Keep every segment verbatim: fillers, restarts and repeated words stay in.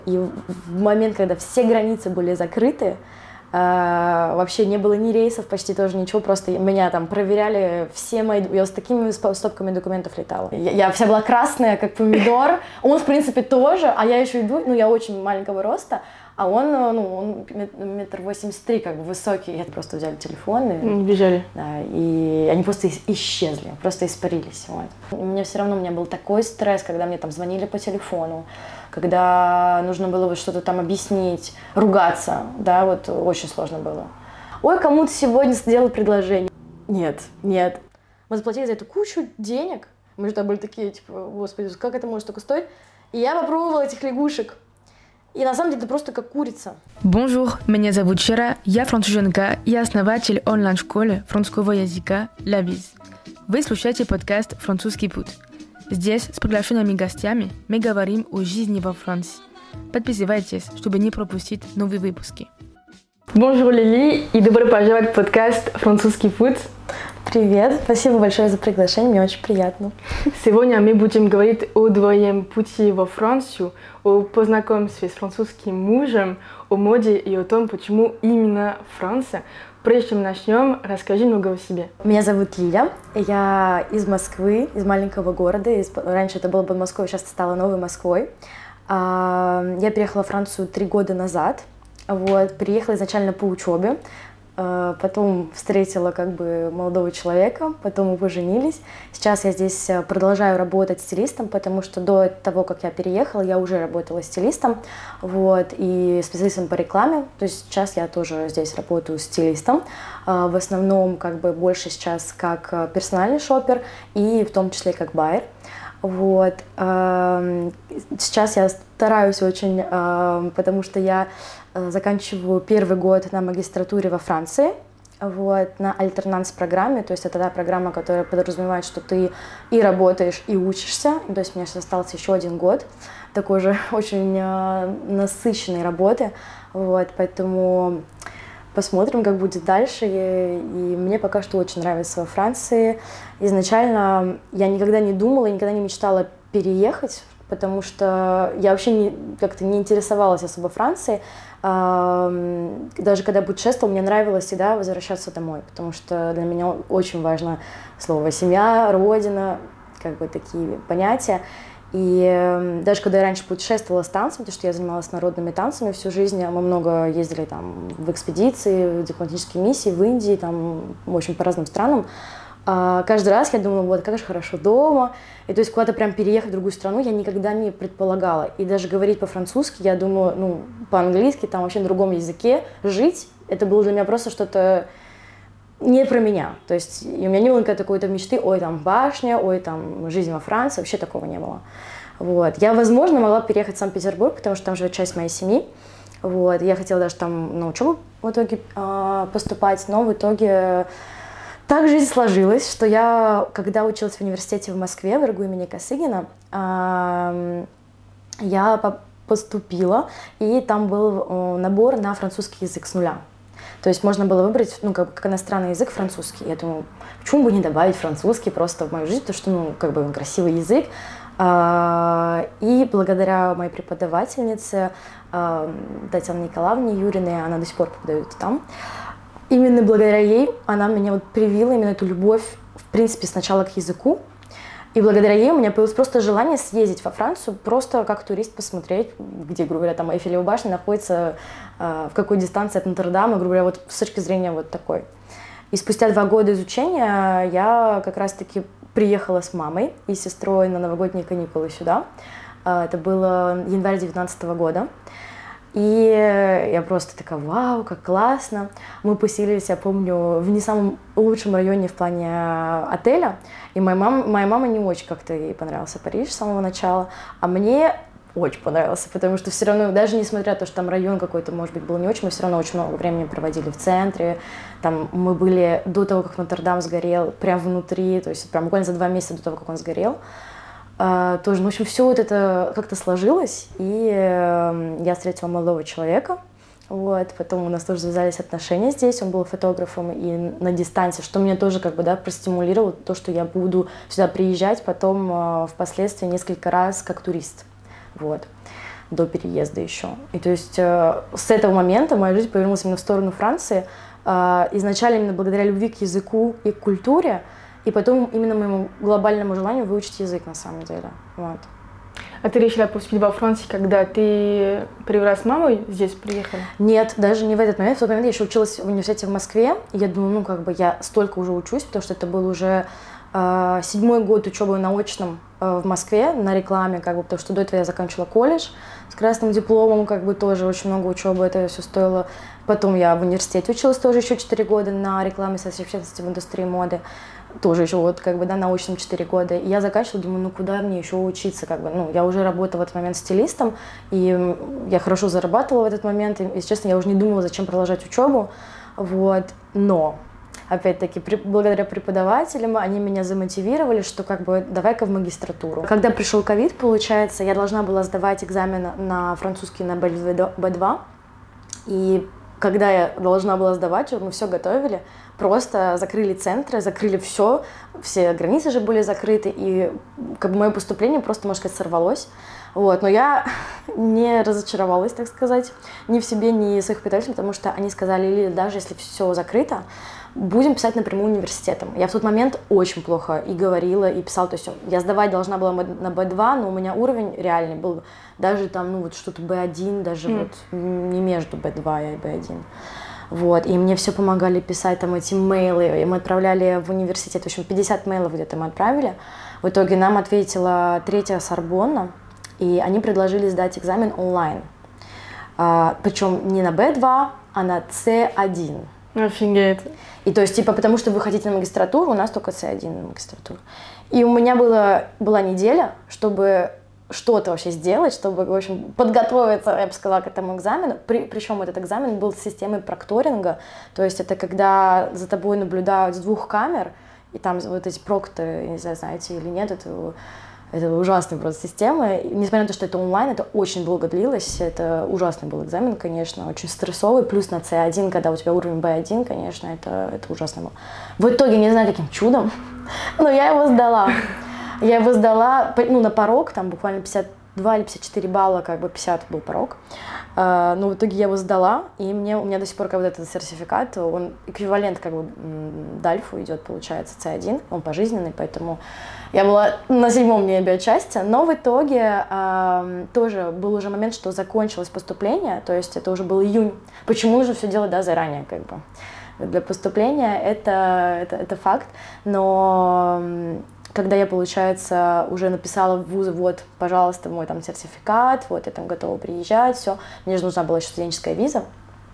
И в момент, когда все границы были закрыты, вообще не было ни рейсов, почти тоже ничего, просто меня там проверяли все мои... Я с такими стопками документов летала. Я, я вся была красная, как помидор. Он, в принципе, тоже, а я еще иду, ну, я очень маленького роста, а он, ну, он метр восемьдесят три, как бы высокий. И просто взяли телефон и... Бежали. Да, и они просто исчезли, просто испарились. Вот. У меня все равно, у меня был такой стресс, когда мне там звонили по телефону, когда нужно было что-то там объяснить, ругаться, да, вот очень сложно было. Ой, кому-то сегодня сделал предложение. Нет, нет. Мы заплатили за эту кучу денег. Мы же там были такие, типа, господи, как это может только стоить? И я попробовала этих лягушек. И на самом деле это просто как курица. Bonjour, меня зовут Шера, я француженка и основатель онлайн-школы французского языка «Лабиз». Вы слушаете подкаст «Французский путь». Здесь с приглашенными гостями мы говорим о жизни во Франции. Подписывайтесь, чтобы не пропустить новые выпуски. Bonjour Лили и добро пожаловать в подкаст «Французский путь». Привет, спасибо большое за приглашение, мне очень приятно. Сегодня мы будем говорить о твоем пути во Францию, о познакомстве с французским мужем, о моде и о том, почему именно Франция. Прежде чем начнем, расскажи много о себе. Меня зовут Лиля, я из Москвы, из маленького города. Из... Раньше это было Подмосковье, сейчас это стало Новой Москвой. Я переехала в Францию три года назад. Вот, приехала изначально по учебе, потом встретила как бы молодого человека, потом мы поженились. Сейчас я здесь продолжаю работать стилистом, потому что до того, как я переехала, я уже работала стилистом, вот, и специалистом по рекламе. То есть сейчас я тоже здесь работаю стилистом, в основном как бы больше сейчас как персональный шопер и в том числе как байер. Вот. Сейчас я стараюсь очень, потому что я заканчиваю первый год на магистратуре во Франции, вот, на альтернанс-программе, то есть это та программа, которая подразумевает, что ты и работаешь, и учишься, то есть у меня сейчас остался еще один год такой же очень насыщенной работы, вот, поэтому посмотрим, как будет дальше, и, и мне пока что очень нравится во Франции. Изначально я никогда не думала, никогда не мечтала переехать, потому что я вообще не, как-то не интересовалась особо Францией. Даже когда путешествовала, мне нравилось всегда возвращаться домой, потому что для меня очень важно слово «семья», «родина», как бы такие понятия. И даже когда я раньше путешествовала с танцем, потому что я занималась народными танцами всю жизнь, мы много ездили там в экспедиции, в дипломатические миссии, в Индии, там, в общем, по разным странам. Каждый раз я думала, вот, как же хорошо дома. И то есть куда-то прям переехать в другую страну я никогда не предполагала. И даже говорить по-французски, я думаю, ну, по-английски, там вообще на другом языке жить, это было для меня просто что-то не про меня. То есть и у меня не было никакой такой-то мечты, ой, там башня, ой, там жизнь во Франции, вообще такого не было. Вот. Я, возможно, могла переехать в Санкт-Петербург, потому что там живет часть моей семьи. Вот. Я хотела даже там на учебу в итоге э, поступать, но в итоге так жизнь сложилась, что я, когда училась в университете в Москве, в эр гэ у имени Косыгина, э, я по- поступила, и там был э, набор на французский язык с нуля. То есть можно было выбрать, ну, как, как иностранный язык французский. Я думаю, почему бы не добавить французский просто в мою жизнь, потому что, ну, как бы красивый язык. И благодаря моей преподавательнице Татьяне Николаевне Юриной, она до сих пор преподает там, именно благодаря ей она меня вот привила именно эту любовь, в принципе, сначала к языку. И благодаря ей у меня появилось просто желание съездить во Францию, просто как турист посмотреть, где, грубо говоря, там Эйфелева башня находится, э, в какой дистанции от Нотр-Дама, грубо говоря, вот с точки зрения вот такой. И спустя два года изучения я как раз-таки приехала с мамой и сестрой на новогодние каникулы сюда. Э, это было январь две тысячи девятнадцатого года. И я просто такая, вау, как классно. Мы поселились, я помню, в не самом лучшем районе в плане отеля. И моя мама, моя мама не очень как-то ей понравился Париж с самого начала. А мне очень понравился, потому что все равно, даже несмотря на то, что там район какой-то, может быть, был не очень, мы все равно очень много времени проводили в центре. Там мы были до того, как Нотр-Дам сгорел, прям внутри, то есть прям буквально за два месяца до того, как он сгорел. Uh, тоже, ну, в общем, все вот это как-то сложилось, и uh, я встретила молодого человека, вот, потом у нас тоже завязались отношения здесь, он был фотографом и на дистанции, что меня тоже как бы, да, простимулировало то, что я буду сюда приезжать потом uh, впоследствии несколько раз как турист, вот. до переезда еще. И то есть э, с этого момента моя жизнь повернулась именно в сторону Франции. Э, изначально именно благодаря любви к языку и к культуре, и потом именно моему глобальному желанию выучить язык на самом деле. Вот. А ты решила поступить во Франции, когда ты первый раз с мамой здесь приехала? Нет, даже не в этот момент. В тот момент я еще училась в университете в Москве. И я думала, ну как бы я столько уже учусь, потому что это был уже э, седьмой год учебы на очном э, в Москве, на рекламе, как бы, потому что до этого я заканчивала колледж с красным дипломом, как бы тоже очень много учебы, это все стоило. Потом я в университете училась тоже еще четыре года на рекламе сообщественности в индустрии моды. Тоже еще вот как бы, да, на очном четыре года. И я заканчивала, думаю, ну куда мне еще учиться, как бы, ну, я уже работала в этот момент стилистом, и я хорошо зарабатывала в этот момент, и, если честно, я уже не думала, зачем продолжать учебу, вот, но, опять-таки, при, благодаря преподавателям, они меня замотивировали, что как бы давай-ка в магистратуру. Когда пришел ковид, получается, я должна была сдавать экзамен на французский на бэ два, и когда я должна была сдавать, мы все готовили, просто закрыли центры, закрыли все, все границы же были закрыты, и как бы мое поступление просто, можно сказать, сорвалось. Вот. Но я не разочаровалась, так сказать, ни в себе, ни в своих преподавателях, потому что они сказали, Лили, даже если все закрыто, будем писать напрямую университетом. Я в тот момент очень плохо и говорила, и писала, то есть я сдавать должна была на бэ два, но у меня уровень реальный был даже там, ну вот что-то бэ один, даже mm. вот не между бэ два и бэ один. Вот, и мне все помогали писать там эти мейлы, и мы отправляли в университет, в общем, пятьдесят мейлов где-то мы отправили. В итоге нам ответила третья Сорбонна, и они предложили сдать экзамен онлайн. А, причем не на бэ два, а на цэ один. Офигеть. И то есть, типа, потому что вы хотите на магистратуру, у нас только цэ один на магистратуру. И у меня было, была неделя, чтобы что-то вообще сделать, чтобы, в общем, подготовиться, я бы сказала, к этому экзамену. При, причем этот экзамен был с системой прокторинга, то есть это когда за тобой наблюдают с двух камер, и там вот эти прокты, не знаю, знаете или нет, это, это ужасная просто система. И, несмотря на то, что это онлайн, это очень долго длилось, это ужасный был экзамен, конечно, очень стрессовый, плюс на цэ один, когда у тебя уровень бэ один, конечно, это, это ужасно было. В итоге, не знаю, каким чудом, но я его сдала. Я его сдала, ну, на порог, там буквально пятьдесят два или пятьдесят четыре балла, как бы пятьдесят был порог. Uh, но в итоге я его сдала, и мне, у меня до сих пор как бы этот сертификат, он эквивалент как бы дальфу идет, получается, цэ один, он пожизненный, поэтому я была на седьмом небе отчасти, но в итоге uh, тоже был уже момент, что закончилось поступление, то есть это уже был июнь. Почему нужно все делать, да, заранее, как бы. Для поступления это, это, это факт, но когда я, получается, уже написала в вузы, вот, пожалуйста, мой там сертификат, вот, я там готова приезжать, все, мне же нужна была еще студенческая виза,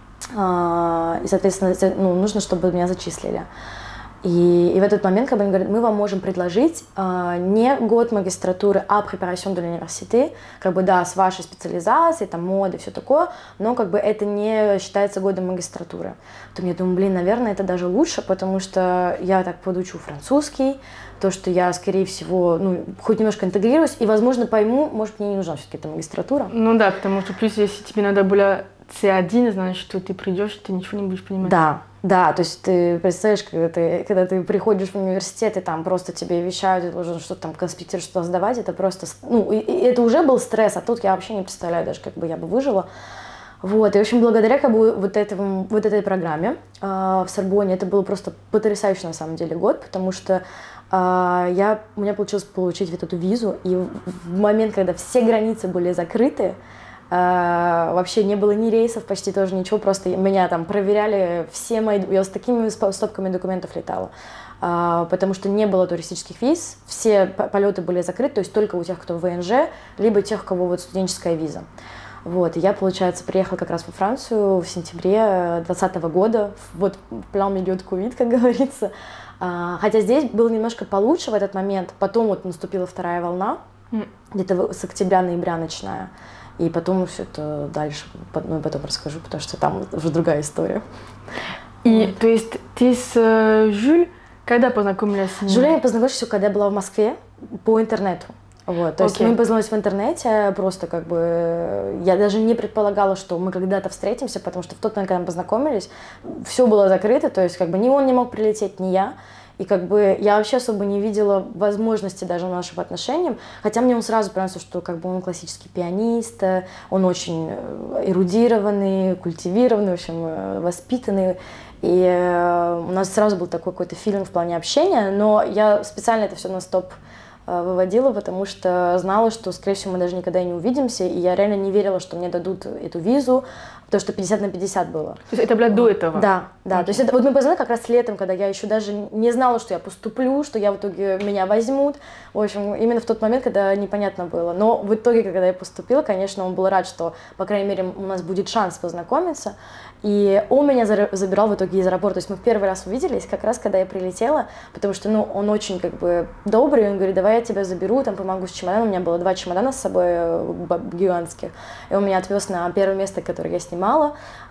и, соответственно, ну, нужно, чтобы меня зачислили. И, и в этот момент, как бы, они говорят, мы вам можем предложить э, не год магистратуры, а préparation de l'université, как бы, да, с вашей специализацией, там, моды, все такое, но, как бы, это не считается годом магистратуры. Потом я думаю, блин, наверное, это даже лучше, потому что я так подучу французский, то, что я, скорее всего, ну, хоть немножко интегрируюсь, и, возможно, пойму, может, мне не нужна все-таки эта магистратура. Ну да, потому что, плюс, если тебе надо было цэ один, значит, что ты придешь, ты ничего не будешь понимать. Да. Да, то есть ты представляешь, когда ты, когда ты приходишь в университет, и там просто тебе вещают, ты должен что-то там конспектировать, что-то сдавать, это просто, ну, и, и это уже был стресс, а тут я вообще не представляю даже, как бы я бы выжила. Вот, и, в общем, благодаря как бы вот, этому, вот этой программе э, в Сорбонне, это был просто потрясающий, на самом деле, год, потому что э, я, у меня получилось получить вот эту визу, и в, в момент, когда все границы были закрыты, Uh, вообще не было ни рейсов, почти тоже ничего, просто меня там проверяли все мои... Я с такими стопками документов летала, uh, потому что не было туристических виз, все полеты были закрыты, то есть только у тех, кто в вэ эн жэ, либо тех, у кого вот студенческая виза. Вот, и я, получается, приехала как раз во Францию в сентябре двадцатого года, вот в план milieu de ковид, как говорится. Uh, хотя здесь было немножко получше в этот момент, потом вот наступила вторая волна, mm. где-то с октября-ноября начиная. И потом все это дальше, ну, потом расскажу, потому что там уже другая история. И, то есть ты с э, Жюль когда познакомилась с ним? С Жюлем я познакомилась еще, когда я была в Москве по интернету. Вот, то okay. есть мы познакомились в интернете, просто как бы я даже не предполагала, что мы когда-то встретимся, потому что в тот момент, когда мы познакомились, все было закрыто, то есть как бы ни он не мог прилететь, ни я. И как бы я вообще особо не видела возможности даже нашим отношениям, хотя мне он сразу понравился, что как бы он классический пианист, он очень эрудированный, культивированный, в общем, воспитанный. И у нас сразу был такой какой-то филинг в плане общения, но я специально это все на стоп выводила, потому что знала, что, скорее всего, мы даже никогда и не увидимся, и я реально не верила, что мне дадут эту визу, потому что пятьдесят на пятьдесят было. То есть это было до этого? Да, да. Okay. То есть это, вот мы познакомились как раз летом, когда я еще даже не знала, что я поступлю, что я в итоге меня возьмут. В общем, именно в тот момент, когда непонятно было. Но в итоге, когда я поступила, конечно, он был рад, что, по крайней мере, у нас будет шанс познакомиться. И он меня забирал в итоге из аэропорта. То есть мы в первый раз увиделись, как раз когда я прилетела, потому что, ну, он очень как бы добрый, он говорит, давай я тебя заберу, там помогу с чемоданом. У меня было два чемодана с собой гигантских, и он меня отвез на первое место, которое я снимала,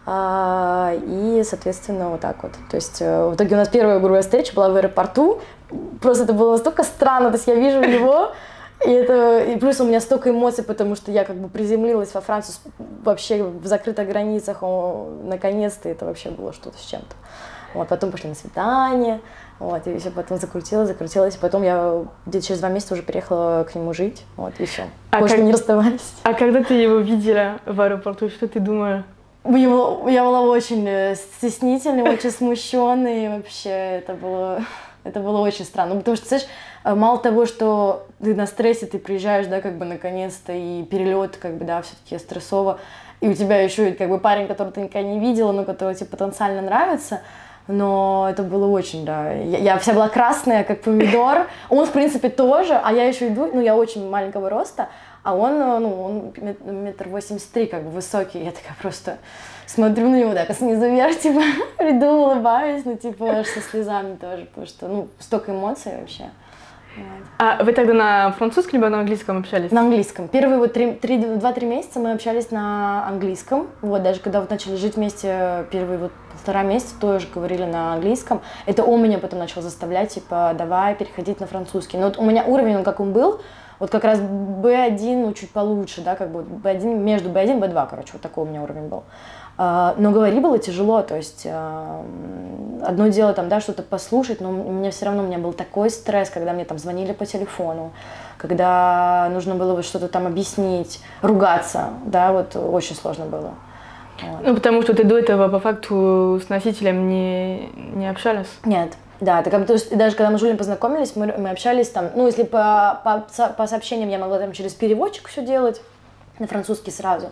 и, соответственно, вот так вот. То есть в итоге у нас первая, грубая встреча была в аэропорту, просто это было настолько странно, то есть я вижу его, И, это, и плюс у меня столько эмоций, потому что я как бы приземлилась во Францию вообще в закрытых границах, о, наконец-то это вообще было что-то с чем-то. Вот, потом пошли на свидание, вот, и все потом закрутилось, закрутилось, и потом я где-то через два месяца уже переехала к нему жить, вот, и все. А Больше как... не расставались. А когда ты его видела в аэропорту, что ты думала? Я была, я была очень стеснительной, очень смущенной, вообще это было... Это было очень странно, ну, потому что, знаешь, мало того, что ты на стрессе, ты приезжаешь, да, как бы наконец-то, и перелет, как бы, да, все-таки стрессово, и у тебя еще как бы парень, которого ты никогда не видела, но который тебе потенциально нравится, но это было очень, да, я, я вся была красная, как помидор, он, в принципе, тоже, а я еще иду, ну, я очень маленького роста, а он, ну, он метр восемьдесят три, как бы, высокий, я такая просто... Смотрю на него так, снизу вверх, типа, приду, улыбаюсь, ну, типа, аж со слезами тоже, потому что, ну, столько эмоций вообще. Вот. А вы тогда на французском либо на английском общались? На английском. Первые вот два-три месяца мы общались на английском. Вот, даже когда вот начали жить вместе, первые вот полтора месяца тоже говорили на английском. Это он меня потом начал заставлять, типа, давай переходить на французский. Но вот у меня уровень, он как он был, вот как раз бэ один, ну, чуть получше, да, как бы бэ один, между бэ один и бэ два, короче, вот такой у меня уровень был. Но говорить было тяжело, то есть одно дело там, да, что-то послушать, но у меня все равно, у меня был такой стресс, когда мне там звонили по телефону, когда нужно было вот что-то там объяснить, ругаться, да, вот очень сложно было. Вот. Ну, потому что ты до этого по факту с носителем не, не общалась? Нет. Да, так, потому что даже когда мы с Жулем познакомились, мы, мы общались там, ну, если по, по, по сообщениям я могла там через переводчик все делать, на французский сразу.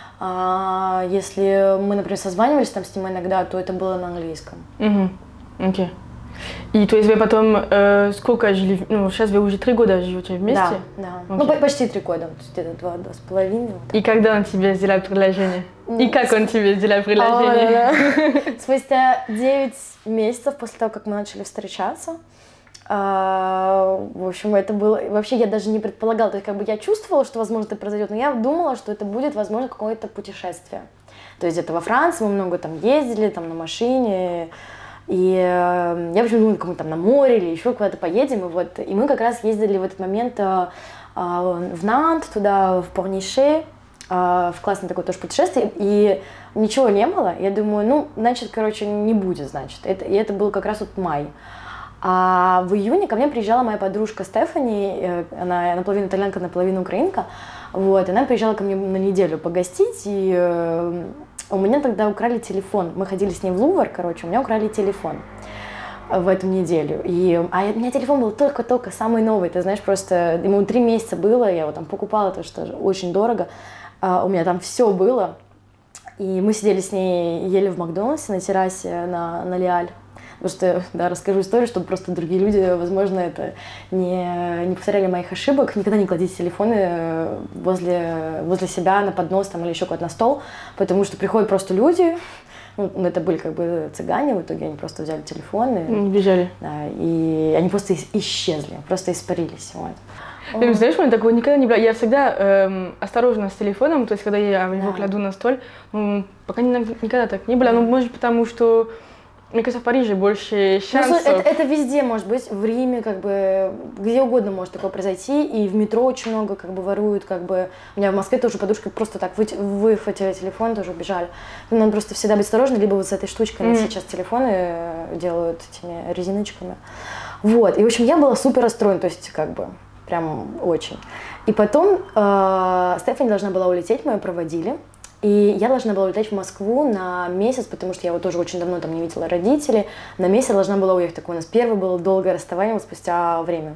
А если мы, например, созванивались там с ним иногда, то это было на английском. Угу. Окей. И то есть вы потом э, сколько жили? Ну, сейчас вы уже три года живете вместе? Да, да. Okay. Ну, почти три года, где-то два, два с половиной. Вот. И когда он тебе сделал предложение? И как он тебе сделал предложение? О, да, да. Спустя девять месяцев после того, как мы начали встречаться, Uh, в общем, это было... Вообще я даже не предполагала, то есть как бы я чувствовала, что, возможно, это произойдет, но я думала, что это будет, возможно, какое-то путешествие. То есть это во Франции, мы много там ездили, там на машине, и uh, я, в общем, думала, мы там на море или еще куда-то поедем, и вот, и мы как раз ездили в этот момент uh, uh, в Нант, туда, в Порнише, uh, в классное такое тоже путешествие, и ничего не было, я думаю, ну, значит, короче, не будет, значит, это, и это был как раз вот май. А в июне ко мне приезжала моя подружка Стефани, она наполовину итальянка, наполовину украинка, вот, она приезжала ко мне на неделю погостить, и э, у меня тогда украли телефон, мы ходили с ней в Лувр, короче, у меня украли телефон в эту неделю, и, а у меня телефон был только-только самый новый, ты знаешь, просто ему три месяца было, я его там покупала, то что очень дорого, а у меня там все было, и мы сидели с ней, ели в Макдональдсе на террасе на, на Лиаль. Потому что, да, расскажу историю, чтобы просто другие люди, возможно, это не, не повторяли моих ошибок. Никогда не кладите телефоны возле, возле себя на поднос там, или еще куда-то на стол, потому что приходят просто люди, ну, это были как бы цыгане, в итоге они просто взяли телефон и бежали. Да, и они просто исчезли, просто испарились. Вот. Ты знаешь, у меня такого никогда не было. Я всегда эм, осторожна с телефоном, то есть когда я его да. кладу на стол, ну, пока не, никогда так не было. Ну, может, потому что мне кажется, в Париже больше шансов. Ну, это, это везде может быть, в Риме, как бы, где угодно может такое произойти, и в метро очень много, как бы, воруют, как бы, у меня в Москве тоже подружка просто так вы, выхватили телефон, тоже убежали. Ну, надо просто всегда быть осторожным, либо вот с этой штучкой, mm. сейчас телефоны делают этими резиночками. Вот, и, в общем, я была супер расстроена, то есть, как бы, прям очень. И потом э, Стефани должна была улететь, мы ее проводили. И я должна была улететь в Москву на месяц, потому что я вот тоже очень давно там не видела родителей. На месяц должна была уехать. Такое у нас первое было долгое расставание вот спустя время,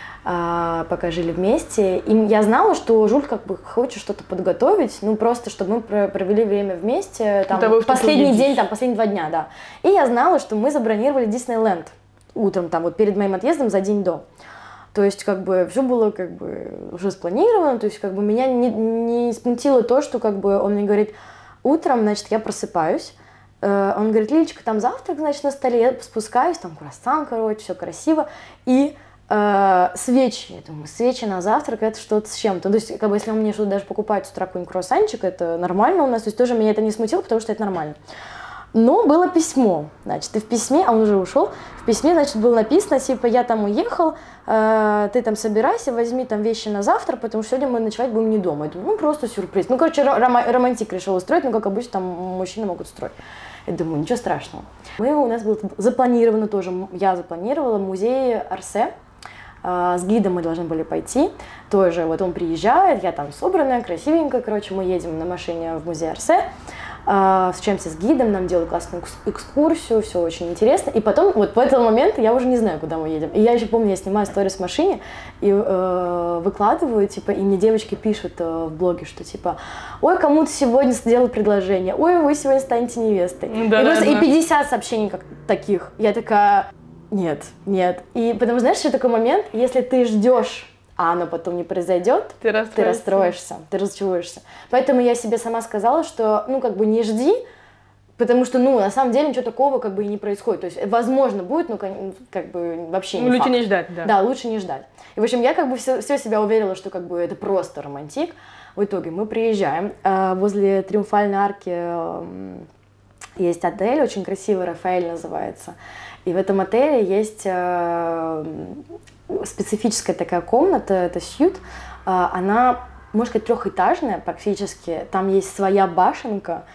а, пока жили вместе. И я знала, что Жуль как бы хочет что-то подготовить, ну просто, чтобы мы провели время вместе. Там, того, последний день, там, последние два дня, да. И я знала, что мы забронировали Диснейленд утром, там, вот перед моим отъездом за день до. То есть, как бы, все было, как бы, уже спланировано, то есть, как бы, меня не, не смутило то, что, как бы, он мне говорит, утром, значит, я просыпаюсь, э, он говорит, Лилечка, там завтрак, значит, на столе, я спускаюсь, там круассан, короче, все красиво, и э, свечи, я думаю, свечи на завтрак, это что-то с чем-то, то есть, как бы, если он мне что-то даже покупает с утра какой-нибудь круассанчик, это нормально у нас, то есть, тоже меня это не смутило, потому что это нормально. Но было письмо, значит, и в письме, а он уже ушел, в письме, значит, было написано, типа, я там уехал, э, ты там собирайся, возьми там вещи на завтра, потому что сегодня мы ночевать будем не дома. Я думаю, ну, просто сюрприз. Ну, короче, ром- романтик решил устроить, ну, как обычно, там мужчины могут устроить. Я думаю, ничего страшного. Мы, у нас было запланировано тоже, я запланировала музей Орсе, э, с гидом мы должны были пойти, тоже, вот он приезжает, я там собранная, красивенькая, короче, мы едем на машине в музей Орсе, Uh, встречаемся с гидом, нам делают классную экскурсию, все очень интересно. И потом, вот в этот момент я уже не знаю, куда мы едем. И я еще помню, я снимаю сторис в машине и uh, выкладываю, типа, и мне девочки пишут uh, в блоге, что типа, ой, кому-то сегодня сделал предложение, ой, вы сегодня станете невестой. Да, и, да, просто, да. И пятьдесят сообщений как таких. Я такая, нет, нет. И потому что, знаешь, еще такой момент, если ты ждешь, а оно потом не произойдет, ты расстроишься. ты расстроишься, ты разочаруешься. Поэтому я себе сама сказала, что, ну, как бы не жди, потому что, ну, на самом деле ничего такого как бы и не происходит. То есть, возможно, будет, но как бы вообще не ну, факт. Лучше не ждать, да. Да, лучше не ждать. И, в общем, я как бы все, все себя уверила, что как бы это просто романтик. В итоге мы приезжаем, возле Триумфальной арки есть отель, очень красивый, Рафаэль называется. И в этом отеле есть специфическая такая комната, это сьют, она, можно сказать, трехэтажная практически, там есть своя башенка,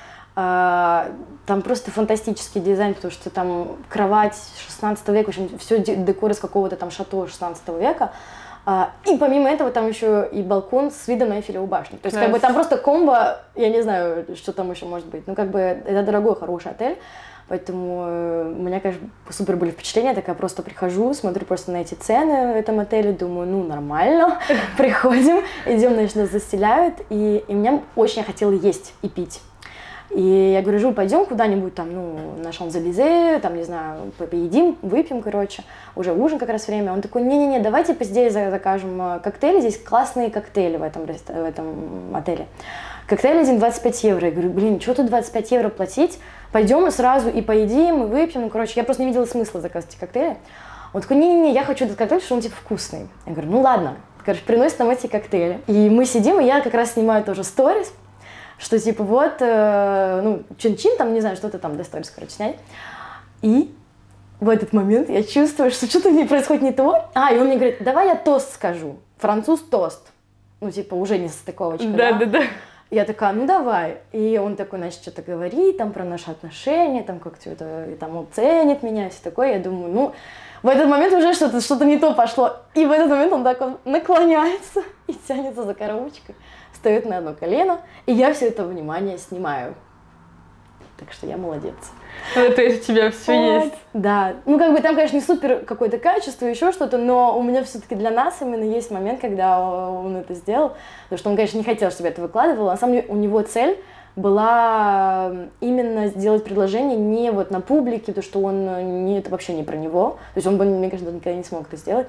там просто фантастический дизайн, потому что там кровать шестнадцатого века, в общем, все декор из какого-то там шато шестнадцатого века, и помимо этого там еще и балкон с видом на Эйфелеву башню, то есть как бы там просто комбо, я не знаю, что там еще может быть, ну как бы это дорогой, хороший отель. Поэтому у меня, конечно, супер были впечатления. Я такая просто прихожу, смотрю просто на эти цены в этом отеле, думаю, ну, нормально. Приходим, идем, значит, нас заселяют. И, и мне очень хотела есть и пить. И я говорю, Жуль, пойдем куда-нибудь там, ну, на Шанс-Элизе, там, не знаю, поедим, выпьем, короче. Уже ужин как раз время. Он такой, не-не-не, давайте здесь закажем коктейли. Здесь классные коктейли в этом, в этом отеле. Коктейль один двадцать пять евро. Я говорю, блин, что тут двадцать пять евро платить? Пойдем сразу и поедим, и выпьем. Ну, короче, я просто не видела смысла заказывать эти коктейли. Он такой, не-не-не, я хочу этот коктейль, потому что он типа вкусный. Я говорю, ну ладно. Короче, приносит нам эти коктейли. И мы сидим, и я как раз снимаю тоже сторис, что типа вот, э, ну, чин-чин, там, не знаю, что-то там для сторис, короче, снять. И в этот момент я чувствую, что что-то не происходит не то. А, и он мне говорит, давай я тост скажу. Француз тост. Ну, типа, уже не состыковочка, да? Да-да-да. Я такая, ну давай. И он такой, значит, что-то говорит там про наши отношения, там как что-то, и там он ценит меня, все такое. Я думаю, ну, в этот момент уже что-то, что-то не то пошло. И в этот момент он так вот наклоняется и тянется за коробочкой, встает на одно колено, и я все это внимание снимаю. Так что я молодец. Ну, то есть у тебя все вот. Есть. Да. Ну, как бы там, конечно, не супер какое-то качество, еще что-то, но у меня все-таки для нас именно есть момент, когда он это сделал. Потому что он, конечно, не хотел, чтобы я это выкладывала. На самом деле у него цель была именно сделать предложение не вот на публике, потому что он не, это вообще не про него. То есть он бы, мне кажется, никогда не смог это сделать.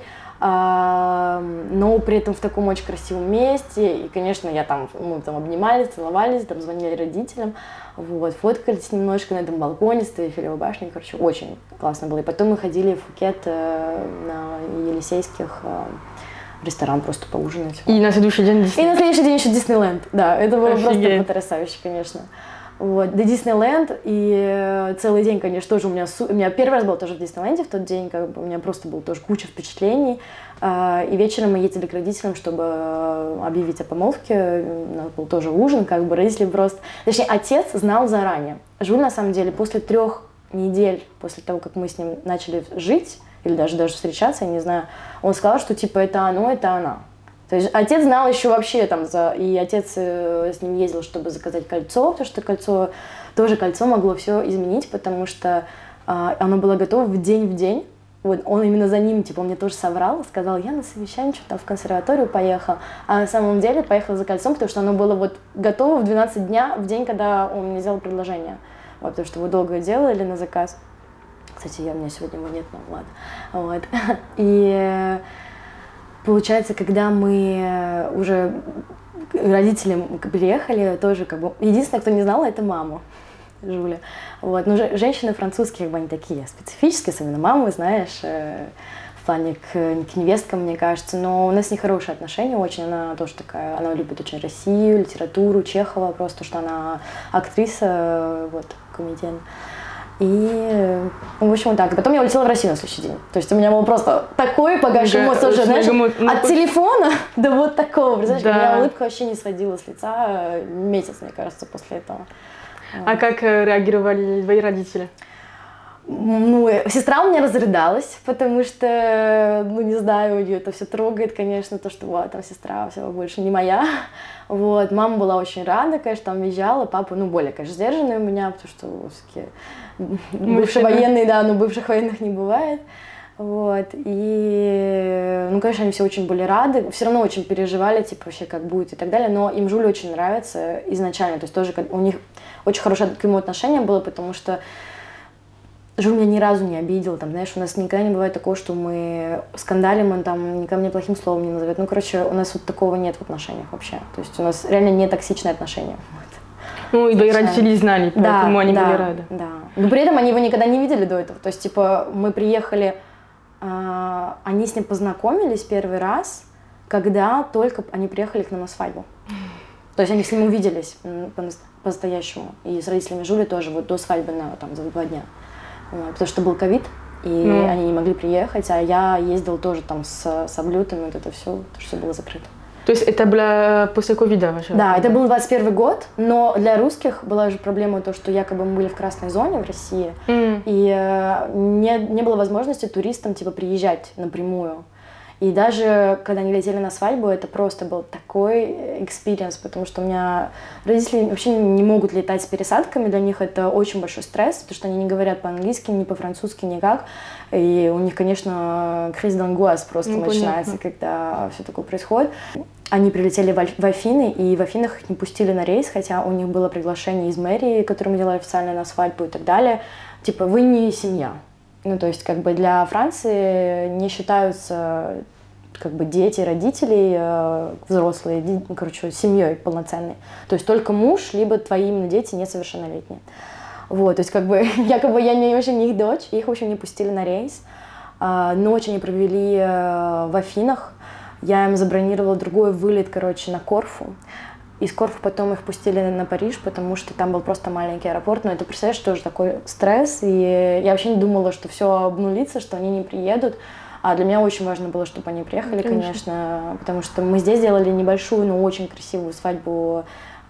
А, но при этом в таком очень красивом месте. И, конечно, я там, мы там обнимались, целовались, там звонили родителям. Вот, фоткались немножко на этом балконе, с Эйфелевой башней. Короче, очень классно было. И потом мы ходили в Фукет э, на Елисейских э, в ресторан просто поужинать. И на следующий день Диснейленд. И на следующий день еще Диснейленд. Да, это было Офигеть. Просто потрясающе, конечно. Вот, до Диснейленд, и целый день, конечно, тоже у меня, у меня первый раз был тоже в Диснейленде в тот день, как бы у меня просто было тоже куча впечатлений, и вечером мы ездили к родителям, чтобы объявить о помолвке, у нас был тоже ужин, как бы родители просто, точнее, отец знал заранее. Жуль, на самом деле, после трех недель, после того, как мы с ним начали жить, или даже, даже встречаться, я не знаю. Он сказал, что типа это оно, это она. То есть отец знал еще вообще там, за... и отец э, с ним ездил, чтобы заказать кольцо, потому что кольцо, тоже кольцо могло все изменить, потому что э, оно было готово в день в день. Вот он именно за ним, типа, он мне тоже соврал, сказал, я на совещание что-то там в консерваторию поехал, а на самом деле поехал за кольцом, потому что оно было вот готово в двенадцать дня, в день, когда он мне сделал предложение. Вот, потому что вы долго делали на заказ. Кстати, я, у меня сегодня его нет, но ладно. Вот. И получается, когда мы уже родители приехали, тоже как бы... Единственное, кто не знал, это мама Жуля. Вот. Но же, женщины французские, как бы, они такие специфические, особенно мамы, знаешь, э, в плане к, к невесткам, мне кажется. Но у нас с ней хорошие отношения очень. Она тоже такая, она любит очень Россию, литературу, Чехова, просто что она актриса, вот, комедиан. И, ну, в общем, так. И потом я улетела в Россию на следующий день. То есть у меня был просто такой погаший мост уже, знаешь, от телефона до вот такого. Представляешь, да. У меня улыбка вообще не сводила с лица месяц, мне кажется, после этого. А как реагировали твои родители? Ну, сестра у меня разрыдалась, потому что, ну, не знаю, у нее это все трогает, конечно, то, что вот, там сестра все больше не моя. Вот, мама была очень рада, конечно, там визжала, папа, ну, более, конечно, сдержанный у меня, потому что все-таки бывшие военные, да, но бывших военных не бывает. Вот, и, ну, конечно, они все очень были рады, все равно очень переживали, типа, вообще, как будет и так далее, но им Жуля очень нравится изначально, то есть тоже у них очень хорошее к нему отношение было, потому что Жуль меня ни разу не обидел, там, знаешь, у нас никогда не бывает такого, что мы скандалим, он там никому мне плохим словом не назовет, ну, короче, у нас вот такого нет в отношениях вообще, то есть у нас реально не токсичные отношения. Ну, и твои родители знали, поэтому да, они да, были рады. Да, но при этом они его никогда не видели до этого, то есть, типа, мы приехали, э, они с ним познакомились первый раз, когда только они приехали к нам на свадьбу. То есть они с ним увиделись по-настоящему, и с родителями Жули тоже, вот до свадьбы на, там, за два дня. Вот, потому что был ковид, и mm. они не могли приехать, а я ездила тоже там с, с облетами, вот это все, то, что было закрыто. То есть это было после ковида вообще? Да, это был двадцать первый год, но для русских была же проблема то, что якобы мы были в красной зоне в России, mm. и э, не, не было возможности туристам типа приезжать напрямую. И даже когда они летели на свадьбу, это просто был такой экспириенс, потому что у меня родители вообще не могут летать с пересадками, для них это очень большой стресс, потому что они не говорят по-английски, ни по-французски, никак. И у них, конечно, crise d'angoisse просто ну, начинается, понятно. Когда все такое происходит. Они прилетели в Афины, и в Афинах их не пустили на рейс, хотя у них было приглашение из мэрии, которое мы делали официально на свадьбу и так далее. Типа, вы не семья. Ну, то есть, как бы для Франции не считаются как бы дети родителей, э, взрослые, ди, короче, семьей полноценной. То есть только муж, либо твои именно дети несовершеннолетние. Вот, то есть как бы якобы я не, вообще не их дочь, их, в общем, не пустили на рейс. А, ночь они провели э, в Афинах. Я им забронировала другой вылет, короче, на Корфу. Из Корфу потом их пустили на Париж, потому что там был просто маленький аэропорт. Но это, представляешь, тоже такой стресс. И я вообще не думала, что все обнулится, что они не приедут. А для меня очень важно было, чтобы они приехали, конечно, конечно потому что мы здесь делали небольшую, но очень красивую свадьбу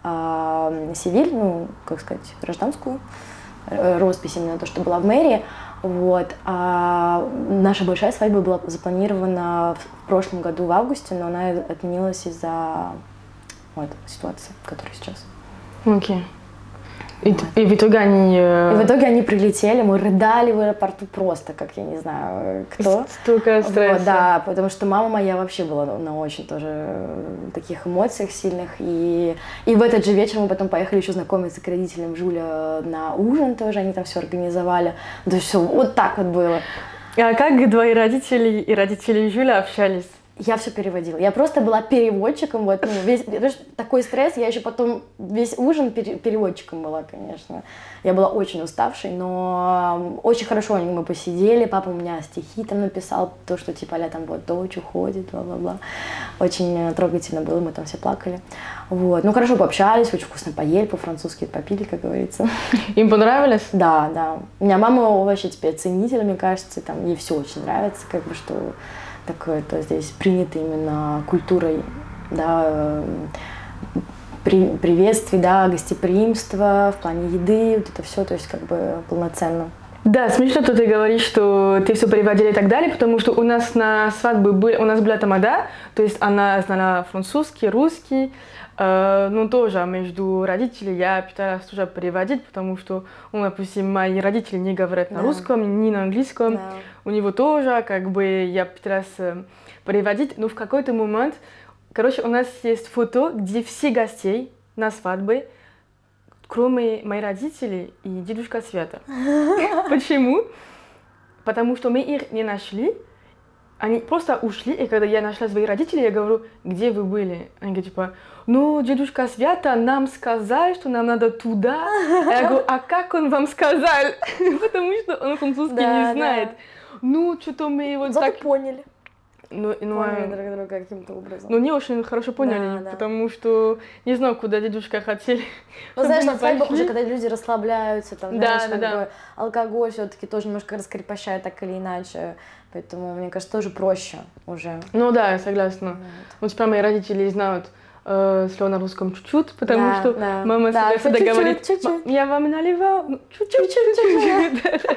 э, Севиль, ну, как сказать, гражданскую, э, роспись именно то, что была в мэрии. Вот. А наша большая свадьба была запланирована в прошлом году в августе, но она отменилась из-за вот, ситуации, которая сейчас. Окей. Okay. И, и в итоге они... И в итоге они прилетели, мы рыдали в аэропорту просто, как я не знаю кто. Столько стресса. Вот, да, потому что мама моя вообще была на очень тоже таких эмоциях сильных. И, и в этот же вечер мы потом поехали еще знакомиться к родителям Жуля на ужин тоже, они там все организовали. То есть все вот так вот было. А как твои родители и родители Жуля общались? Я все переводила. Я просто была переводчиком. Вот, ну, весь, такой стресс. Я еще потом весь ужин пере, переводчиком была, конечно. Я была очень уставшей, но очень хорошо мы посидели. Папа у меня стихи там написал, то, что типа а там вот дочь уходит, бла-бла-бла. Очень трогательно было, мы там все плакали. Вот. Ну, хорошо пообщались, очень вкусно поели, по-французски попили, как говорится. Им понравилось? Да, да. У меня мама вообще теперь ценитель, мне кажется, там, ей все очень нравится, как бы, что... такое-то здесь принято именно культурой, да, при, приветствий, да, гостеприимства, в плане еды, вот это все, то есть как бы полноценно. Да, смешно, что ты говоришь, что ты все переводила и так далее, потому что у нас на свадьбе был, у нас была тамада, то есть она знала французский, русский, э, но тоже между родителями я пыталась тоже переводить, потому что, ну, допустим, мои родители не говорят на Да. русском, ни на английском, Да. у него тоже, как бы, я пыталась переводить, но в какой-то момент, короче, у нас есть фото, где все гостей на свадьбе, кроме моих родителей и дедушка Света. Почему? Потому что мы их не нашли, они просто ушли, и когда я нашла своих родителей, я говорю, где вы были? Они говорят, типа, ну, дедушка Света нам сказал, что нам надо туда. А я говорю, а как он вам сказал? Потому что он французский не знает. Ну, что-то мы вот Зато так... поняли. Ну, ну, Поняли а... друг друга каким-то образом. Ну, не очень хорошо поняли, Да, да. потому что не знаю, куда дедушка хотели. Ну, знаешь, чтобы на свадьбах пошли. уже, когда люди расслабляются, там, Да, знаешь, да, как да. бы алкоголь все-таки тоже немножко раскрепощает так или иначе. Поэтому, мне кажется, тоже проще уже. Ну да, я согласна. Ну, типа, мои родители знают э, слово на русском чуть-чуть, потому Да, что да. мама Да, всегда чуть-чуть, говорит, чуть-чуть. «Ма- я вам наливал, ну, чуть-чуть, чуть-чуть.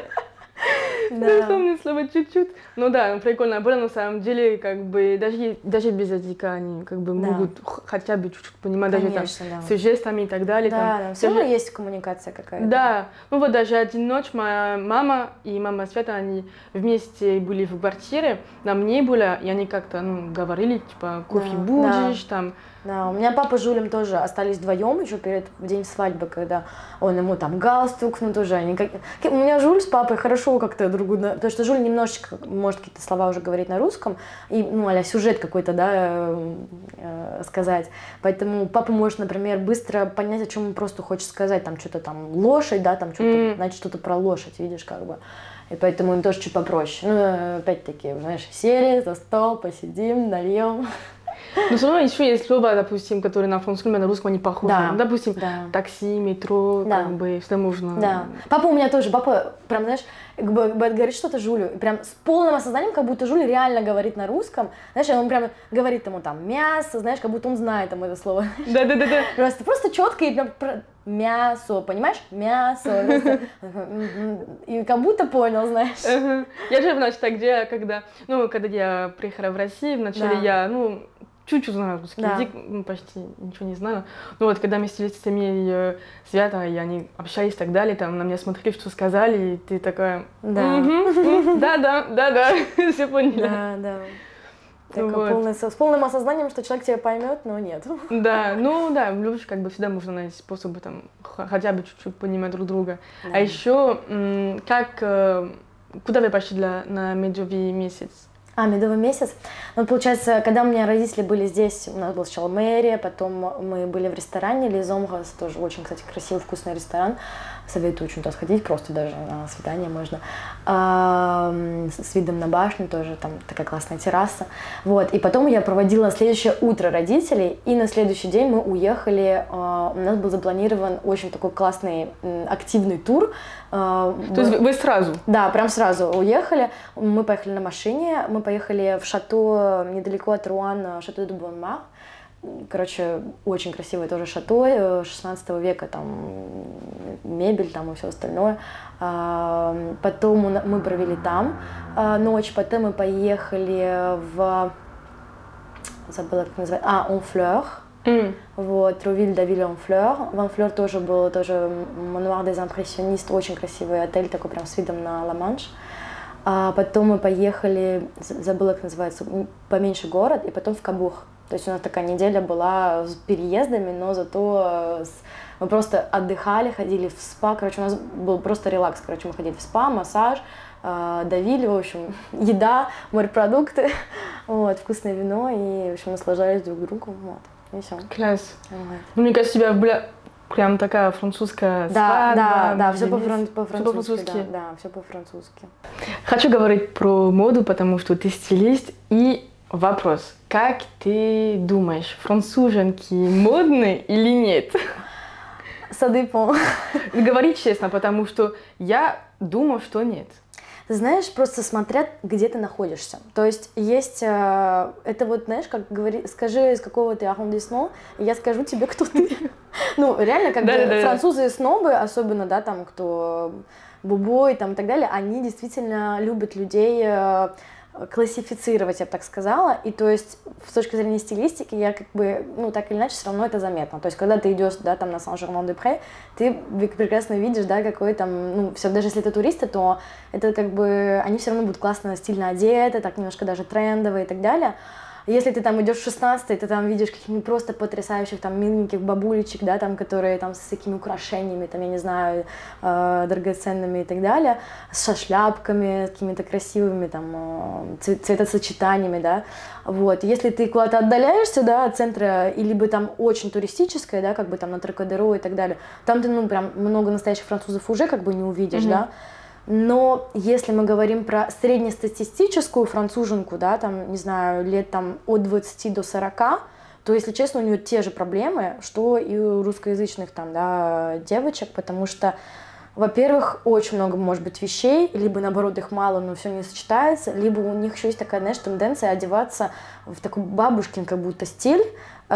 Я помню слово чуть-чуть. Ну да, прикольно было на самом деле, как бы даже, даже без языка они как бы Да. могут х- хотя бы чуть-чуть понимать, даже там Конечно, да. с жестами и так далее. Да, там. да, все Даже- равно есть коммуникация какая-то. Да, ну вот даже один ночь моя мама и мама Света, они вместе были в квартире, нам не было, и они как-то, ну, говорили, типа, кофе Да, будешь, там. Да, у меня папа с Жулем тоже остались вдвоем еще перед в день свадьбы, когда он ему там галстук, ну тоже они как... У меня Жуль с папой хорошо как-то друг друга, потому что Жуль немножечко может какие-то слова уже говорить на русском, и, ну, а-ля сюжет какой-то, да, э, э, сказать. Поэтому папа может, например, быстро понять, о чем он просто хочет сказать, там что-то там лошадь, да, там что-то, Mm. значит, что-то про лошадь, видишь, как бы. И поэтому им тоже чуть попроще. Ну, опять-таки, знаешь, сели за стол, посидим, нальем. Но все равно еще есть слова, допустим, которые на французском и на русском не похожи. Да, Ну, допустим, да. такси, метро, Да. как бы, всегда можно. Да. Папа у меня тоже, папа прям, знаешь, как бы говорит что-то Жулю, и прям с полным осознанием, как будто Жуль реально говорит на русском, знаешь, и он прям говорит ему там мясо, знаешь, как будто он знает там это слово. Да-да-да. Просто, просто четко и прям про- мясо, понимаешь, мясо, просто, мгм. И как будто понял, знаешь. Ага. Я же, значит, так где, когда, ну, когда я приехала в Россию, вначале Да. я, ну, чуть-чуть знаю русский Да. язык, ну, почти ничего не знаю. Но вот когда мы сидели с семьей э, Свята, и они общались и так далее, там на меня смотрели, что сказали, и ты такая, Да. «Мгм, мгм, да-да, да-да, все поняли. Да, да. Так, Вот. полный со- с полным осознанием, что человек тебя поймет, но нет. Да, ну да, в любом случае, как бы всегда можно найти способы там х- хотя бы чуть-чуть понимать друг друга. Да. А еще, м, как, э, куда вы пошли для, на медовый месяц? А, медовый месяц. Ну, получается, когда у меня родители были здесь, у нас была сначала мэрия, потом мы были в ресторане, Лизомгас, тоже очень, кстати, красивый, вкусный ресторан. Советую очень туда сходить, просто даже на свидание можно. А, с с видом на башню тоже, там такая классная терраса. Вот, и потом я проводила следующее утро родителей, и на следующий день мы уехали, а, у нас был запланирован очень такой классный, м, активный тур. А, То есть вы, вы сразу? Да, прям сразу уехали. Мы поехали на машине, мы поехали в шато недалеко от Руана, шато де Бонмар. Короче, очень красивое тоже шато шестнадцатого века, там мебель там и все остальное. А, Потом у на- мы провели там а, ночь, потом мы поехали в... Забыла, как называется. А, Honfleur. М. Вот, Трувиль де Вилле-Honfleur. В Honfleur тоже был тоже Manoir des Impressionnistes, очень красивый отель, такой прям с видом на Ла-Манш. А потом мы поехали, з- забыла, как называется, м, поменьше город, и потом в Кабух. То есть у нас такая неделя была с переездами, но зато э, с- мы просто отдыхали, ходили в спа. Короче, у нас был просто релакс. Короче, мы ходили в спа, массаж, э, давили, в общем, еда, морепродукты, вот, вкусное вино, и, в общем, наслаждались друг другом, вот, и все. Класс. Ну, мне кажется, у тебя была прям такая французская Да, свадьба. да, да, все женись. по-французски, по-французски. да, да, все по-французски. Хочу говорить про моду, потому что ты стилист. И вопрос, как ты думаешь, француженки модные или нет? Ça dépend. Говори честно, потому что я думаю, что нет. Ты знаешь, просто смотря, где ты находишься. То есть есть, э, это вот, знаешь, как говори, скажи, из какого ты аррondissement, и я скажу тебе, кто ты. Ну, реально, как Да, бы да, да, французы снобы, особенно, да, там, кто бубой, там, и так далее, они действительно любят людей э, классифицировать, я бы так сказала, и то есть с точки зрения стилистики я как бы, ну, так или иначе, все равно это заметно, то есть когда ты идешь, да, там, на Сен-Жермен-де-Пре, ты прекрасно видишь, да, какой там, ну, все, даже если это туристы, то это как бы, они все равно будут классно, стильно одеты, так немножко даже трендовые и так далее. Если ты там идешь в шестнадцатый, ты там видишь каких-нибудь просто потрясающих там миленьких бабулечек, да, там, которые там с такими украшениями, там, я не знаю, э, драгоценными и так далее, со шляпками, какими-то красивыми там э, цветосочетаниями, да, вот. Если ты куда-то отдаляешься, да, от центра, и либо там очень туристическое, да, как бы там на Трокадеро и так далее, там ты, ну, прям много настоящих французов уже как бы не увидишь, mm-hmm. да. Но если мы говорим про среднестатистическую француженку, да, там, не знаю, лет там от двадцати до сорока, то, если честно, у нее те же проблемы, что и у русскоязычных там, да, девочек, потому что, во-первых, очень много, может быть, вещей, либо, наоборот, их мало, но все не сочетается, либо у них еще есть такая, знаешь, тенденция одеваться в такой бабушкин как будто стиль,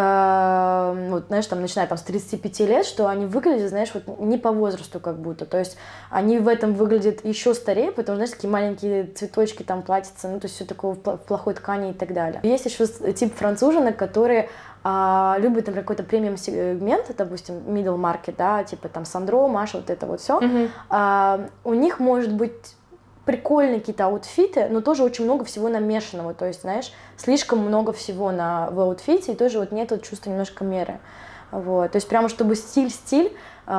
э, вот, знаешь, там, начиная там с тридцати пяти лет, что они выглядят, знаешь, вот не по возрасту как будто, то есть они в этом выглядят еще старее, потому что, знаешь, такие маленькие цветочки там платьица, ну, то есть все такое в плохой ткани и так далее. Есть еще тип француженок, которые а, любят, например, какой-то премиум-сегмент, допустим, middle market, да, типа там Сандро, Маша, вот это вот все. Mm-hmm. А, у них может быть прикольные какие-то аутфиты, но тоже очень много всего намешанного, то есть, знаешь, слишком много всего на, в аутфите, и тоже вот нет вот чувства немножко меры. Вот. То есть прямо чтобы стиль-стиль,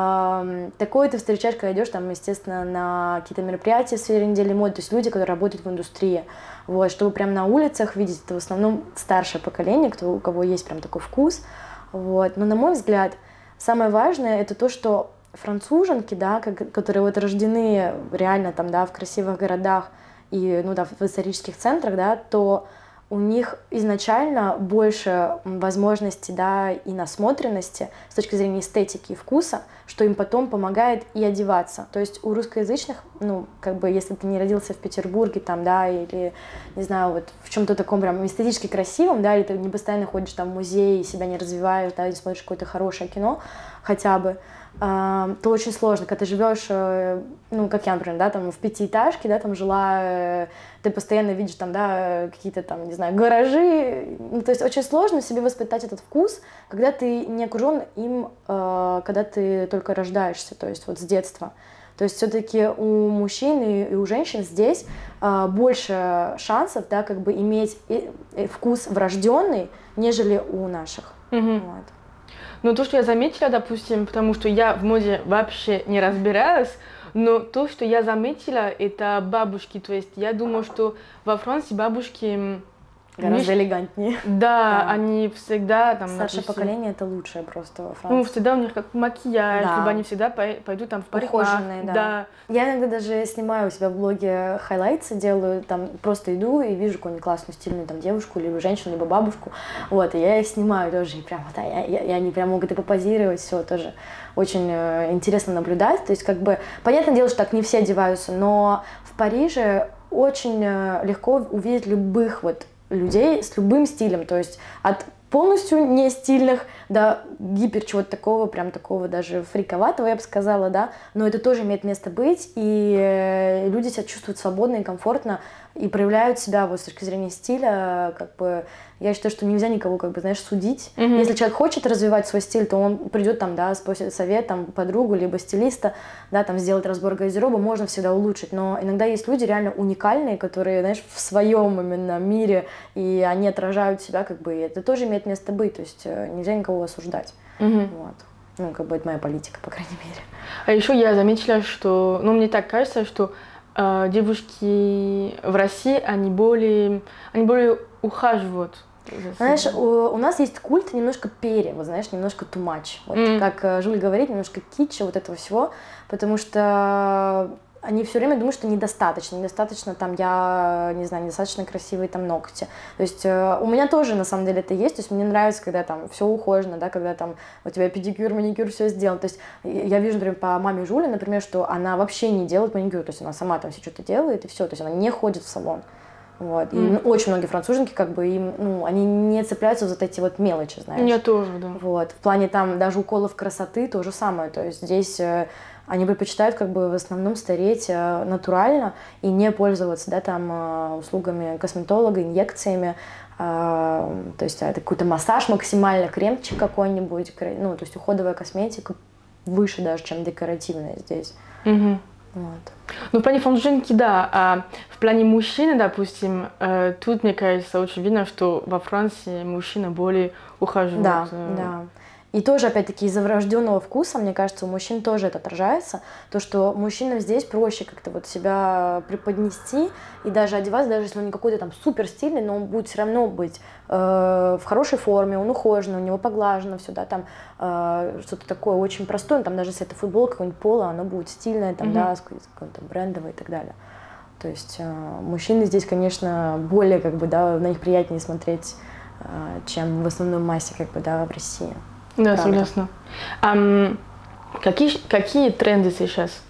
э, такое ты встречаешь, когда идешь там, естественно, на какие-то мероприятия в сфере недели моды, то есть люди, которые работают в индустрии, вот, чтобы прям на улицах видеть, это в основном старшее поколение, кто, у кого есть прям такой вкус, вот. Но на мой взгляд, самое важное это то, что француженки, да, как, которые вот рождены реально там, да, в красивых городах и, ну да, в исторических центрах, да, то у них изначально больше возможностей, да, и насмотренности с точки зрения эстетики и вкуса, что им потом помогает и одеваться. То есть у русскоязычных, ну, как бы, если ты не родился в Петербурге, там, да, или, не знаю, вот в чем-то таком прям эстетически красивом, да, или ты не постоянно ходишь там в музей, себя не развиваешь, да, не смотришь какое-то хорошее кино хотя бы, то очень сложно, когда ты живешь, ну, как я, например, да, там в пятиэтажке, да, там жила, ты постоянно видишь там, да, какие-то там, не знаю, гаражи, ну, то есть очень сложно себе воспитать этот вкус, когда ты не окружен им, когда ты только рождаешься, то есть вот с детства. То есть все-таки у мужчин и у женщин здесь больше шансов, да, как бы иметь вкус врожденный, нежели у наших. Mm-hmm. Вот. Но то, что я заметила, допустим, потому что я в моде вообще не разбиралась, но то, что я заметила, это бабушки. То есть я думаю, что во Франции бабушки гораздо Миш... элегантнее. Да, да, они всегда там... Старшее допустим, поколение это лучшее просто во Франции. Ну, всегда у них как макияж, да. либо они всегда пойдут там в париках. Ухоженные, да. да. Я иногда даже снимаю у себя в блоге хайлайтсы, делаю там, просто иду и вижу какую-нибудь классную стильную там девушку, либо женщину, либо бабушку, вот, и я их снимаю тоже, и прям, да, я, я, и они прям могут и попозировать, все тоже очень э, интересно наблюдать, то есть как бы, понятное дело, что так не все одеваются, но в Париже очень э, легко увидеть любых вот людей с любым стилем, то есть от полностью не стильных до гипер чего-то такого, прям такого даже фриковатого, я бы сказала, да, но это тоже имеет место быть, и люди себя чувствуют свободно и комфортно, и проявляют себя вот с точки зрения стиля, как бы, я считаю, что нельзя никого, как бы, знаешь, судить. Mm-hmm. Если человек хочет развивать свой стиль, то он придет там, да, спросит совет, там, подругу, либо стилиста, да, там, сделать разбор гардероба, можно всегда улучшить, но иногда есть люди реально уникальные, которые, знаешь, в своем именно мире, и они отражают себя, как бы, и это тоже имеет место быть, то есть нельзя никого осуждать, mm-hmm. вот. Ну, как бы, это моя политика, по крайней мере. А еще я заметила, что, ну, мне так кажется, что э, девушки в России, они более, они более ухаживают. Знаешь, у, у нас есть культ немножко пере, вот знаешь, немножко too much. Вот, mm. как Жуль говорит, немножко китча, вот этого всего, потому что они все время думают, что недостаточно, недостаточно там, я не знаю, недостаточно красивые там ногти. То есть у меня тоже на самом деле это есть, то есть мне нравится, когда там все ухожено, да, когда там у тебя педикюр, маникюр, все сделано. То есть я вижу, например, по маме Жули, например, что она вообще не делает маникюр, то есть она сама там все что-то делает и все, то есть она не ходит в салон. Вот. Mm. И ну, очень многие француженки, как бы, им, ну, они не цепляются за вот эти вот мелочи, знаешь. Я тоже, да. Вот. В плане там даже уколов красоты то же самое. То есть здесь э, они предпочитают как бы в основном стареть э, натурально и не пользоваться, да, там э, услугами косметолога, инъекциями. Э, то есть это какой-то массаж максимально, кремчик какой-нибудь, ну, то есть уходовая косметика выше даже, чем декоративная здесь. Mm-hmm. Вот. Ну, в плане француженки, да. А в плане мужчины, допустим, э, тут, мне кажется, очень видно, что во Франции мужчина более ухаживает. Да, э, да. И тоже, опять-таки, из-за врожденного вкуса, мне кажется, у мужчин тоже это отражается. То, что мужчинам здесь проще как-то вот себя преподнести и даже одеваться, даже если он не какой-то там супер стильный, но он будет все равно быть э, в хорошей форме, он ухоженный, у него поглажено все, да, там э, что-то такое очень простое, там даже если это футболка, какое-нибудь поло, оно будет стильное, там, mm-hmm. да, какое-то брендовое и так далее. То есть э, мужчины здесь, конечно, более, как бы, да, на них приятнее смотреть, э, чем в основной массе, как бы, да, в России. Да, Правда. согласна. А, какие, какие тренды сейчас?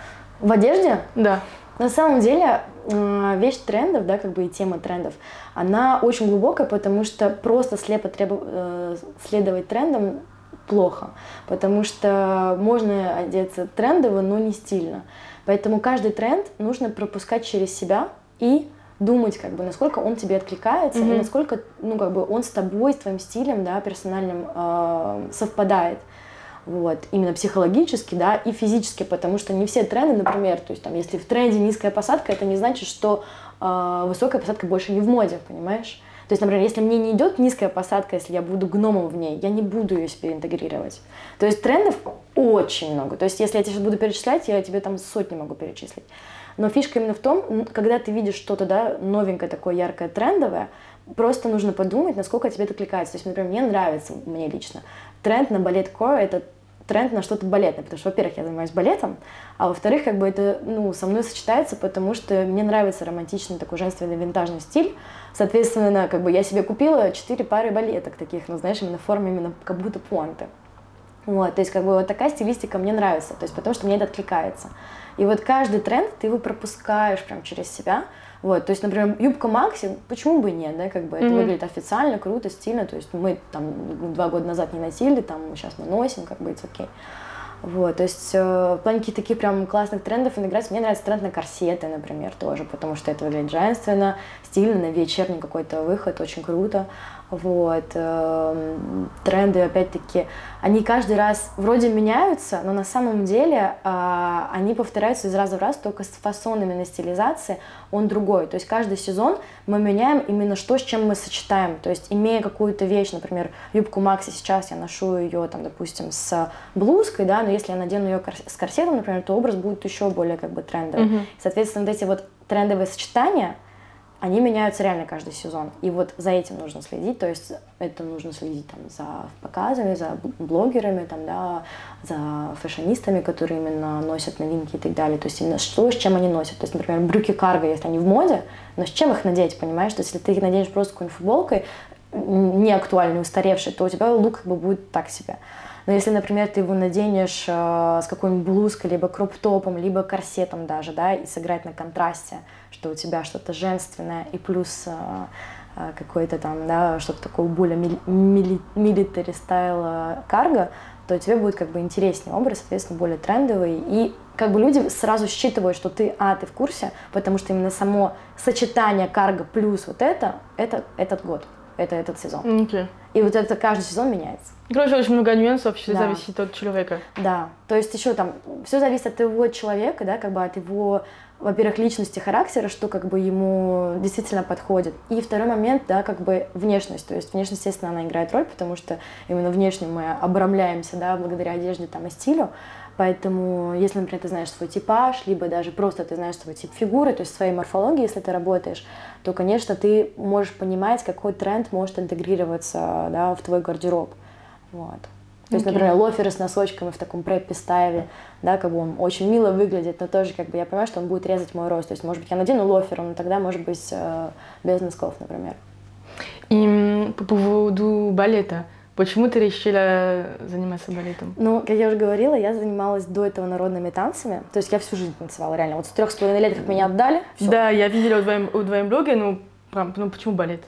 В одежде? Да. На самом деле, вещь трендов, да, как бы и тема трендов, она очень глубокая, потому что просто слепо требу... следовать трендам плохо, потому что можно одеться трендово, но не стильно. Поэтому каждый тренд нужно пропускать через себя и думать, как бы, насколько он тебе откликается, mm-hmm. и насколько, ну, как бы, он с тобой, с твоим стилем, да, персональным э, совпадает. Вот, именно психологически, да, и физически, потому что не все тренды, например, то есть там, если в тренде низкая посадка, это не значит, что э, высокая посадка больше не в моде, понимаешь? То есть, например, если мне не идет низкая посадка, если я буду гномом в ней, я не буду ее себе интегрировать. То есть трендов очень много. То есть если я тебе сейчас буду перечислять, я тебе там сотни могу перечислить. Но фишка именно в том, когда ты видишь что-то, да, новенькое, такое яркое, трендовое, просто нужно подумать, насколько тебе это кликается. То есть, например, мне нравится, мне лично, тренд на балет-кор — это тренд на что-то балетное, потому что, во-первых, я занимаюсь балетом, а во-вторых, как бы это, ну, со мной сочетается, потому что мне нравится романтичный такой женственный винтажный стиль. Соответственно, как бы я себе купила четыре пары балеток таких, ну, знаешь, именно в форме именно как будто пуанты. Вот, то есть как бы вот такая стилистика мне нравится, то есть потому что мне это откликается. И вот каждый тренд ты его пропускаешь прям через себя. Вот, то есть, например, юбка Макси, почему бы и нет, да, как бы mm-hmm. это выглядит официально, круто, стильно, то есть мы там два года назад не носили, там сейчас мы носим, как бы это окей. Вот, то есть э, в плане каких-то таких прям классных трендов интеграции, мне нравится тренд на корсеты, например, тоже, потому что это выглядит женственно, стильно, на вечерний какой-то выход, очень круто. Вот, э, тренды, опять-таки, они каждый раз вроде меняются, но на самом деле э, они повторяются из раза в раз, только с фасонами на стилизации он другой. То есть каждый сезон мы меняем именно что, с чем мы сочетаем. То есть имея какую-то вещь, например, юбку Макси, сейчас я ношу ее, там, допустим, с блузкой, да, но если я надену ее с корсетом, например, то образ будет еще более как бы трендовый. Mm-hmm. Соответственно, вот эти вот трендовые сочетания, они меняются реально каждый сезон. И вот за этим нужно следить, то есть это нужно следить там, за показами, за блогерами, там, да, за фэшонистами, которые именно носят новинки и так далее. То есть именно что, с чем они носят. То есть, например, брюки карго, если они в моде, но с чем их надеть, понимаешь? То есть если ты их наденешь просто какой-нибудь футболкой, не актуальной, устаревшей, то у тебя лук как бы будет так себе. Но если, например, ты его наденешь э, с какой-нибудь блузкой, либо кроп-топом, либо корсетом даже, да, и сыграть на контрасте, что у тебя что-то женственное и плюс э, э, какой-то там, да, что-то такое более милитари стайл карго, то тебе будет как бы интереснее образ, соответственно, более трендовый. И как бы люди сразу считывают, что ты, а, ты в курсе, потому что именно само сочетание карго плюс вот это, это этот год. Это этот сезон. Okay. И вот это каждый сезон меняется. Короче, очень много нюансов, все да. зависит от человека. Да, то есть еще там, все зависит от его человека, да, как бы от его, во-первых, личности, характера, что как бы ему действительно подходит. И второй момент, да, как бы внешность. То есть внешность, естественно, она играет роль, потому что именно внешне мы обрамляемся, да, благодаря одежде там и стилю. Поэтому, если, например, ты знаешь свой типаж, либо даже просто ты знаешь свой тип фигуры, то есть своей морфологии, если ты работаешь, то, конечно, ты можешь понимать, какой тренд может интегрироваться, да, в твой гардероб. Вот. То есть, okay. например, лоферы с носочками в таком преппи стайле, да, как бы он очень мило выглядит, но тоже как бы я понимаю, что он будет резать мой рост. То есть, может быть, я надену лофер, но тогда, может быть, без носков, например. И по поводу балета. Почему ты решила заниматься балетом? Ну, как я уже говорила, я занималась до этого народными танцами. То есть я всю жизнь танцевала, реально. Вот с трех с половиной лет, как меня отдали, всё. Да, я видела у твоем, у твоем блоге, ну, прям, ну почему балет?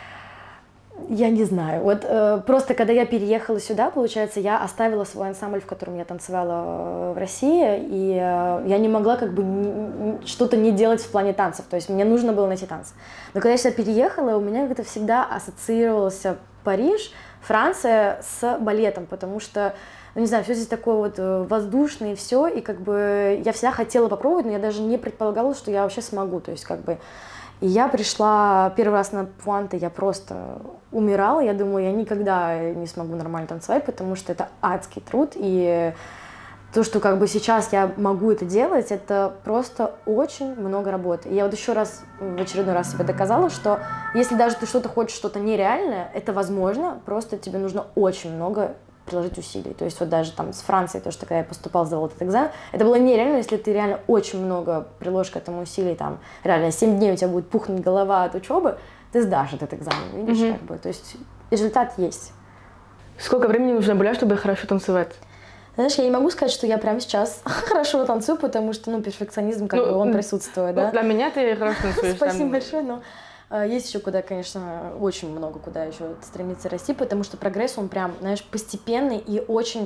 Я не знаю. Вот э, просто когда я переехала сюда, получается, я оставила свой ансамбль, в котором я танцевала в России, и э, я не могла как бы н- что-то не делать в плане танцев. То есть мне нужно было найти танцы. Но когда я сюда переехала, у меня как-то всегда ассоциировался Париж, Франция с балетом, потому что, ну, не знаю, все здесь такое вот воздушное и все, и как бы я всегда хотела попробовать, но я даже не предполагала, что я вообще смогу. То есть как бы и я пришла первый раз на пуанты, я просто умирала, я думаю, я никогда не смогу нормально танцевать, потому что это адский труд, и то, что как бы сейчас я могу это делать, это просто очень много работы. И я вот еще раз, в очередной раз себе доказала, что если даже ты что-то хочешь, что-то нереальное, это возможно, просто тебе нужно очень много приложить усилий. То есть вот даже там с Францией, то, что когда я поступала, сдавала этот экзамен, это было нереально, если ты реально очень много приложишь к этому усилий, там реально семь дней у тебя будет пухнуть голова от учебы, ты сдашь этот экзамен, видишь, mm-hmm. как бы, то есть результат есть. Сколько времени нужно было, чтобы хорошо танцевать? Знаешь, я не могу сказать, что я прямо сейчас хорошо танцую, потому что, ну, перфекционизм, как ну, бы, он присутствует, ну, да? Для меня ты хорошо танцуешь. Спасибо там... большое, но э, есть еще куда, конечно, очень много куда еще стремиться расти, потому что прогресс, он прям, знаешь, постепенный и очень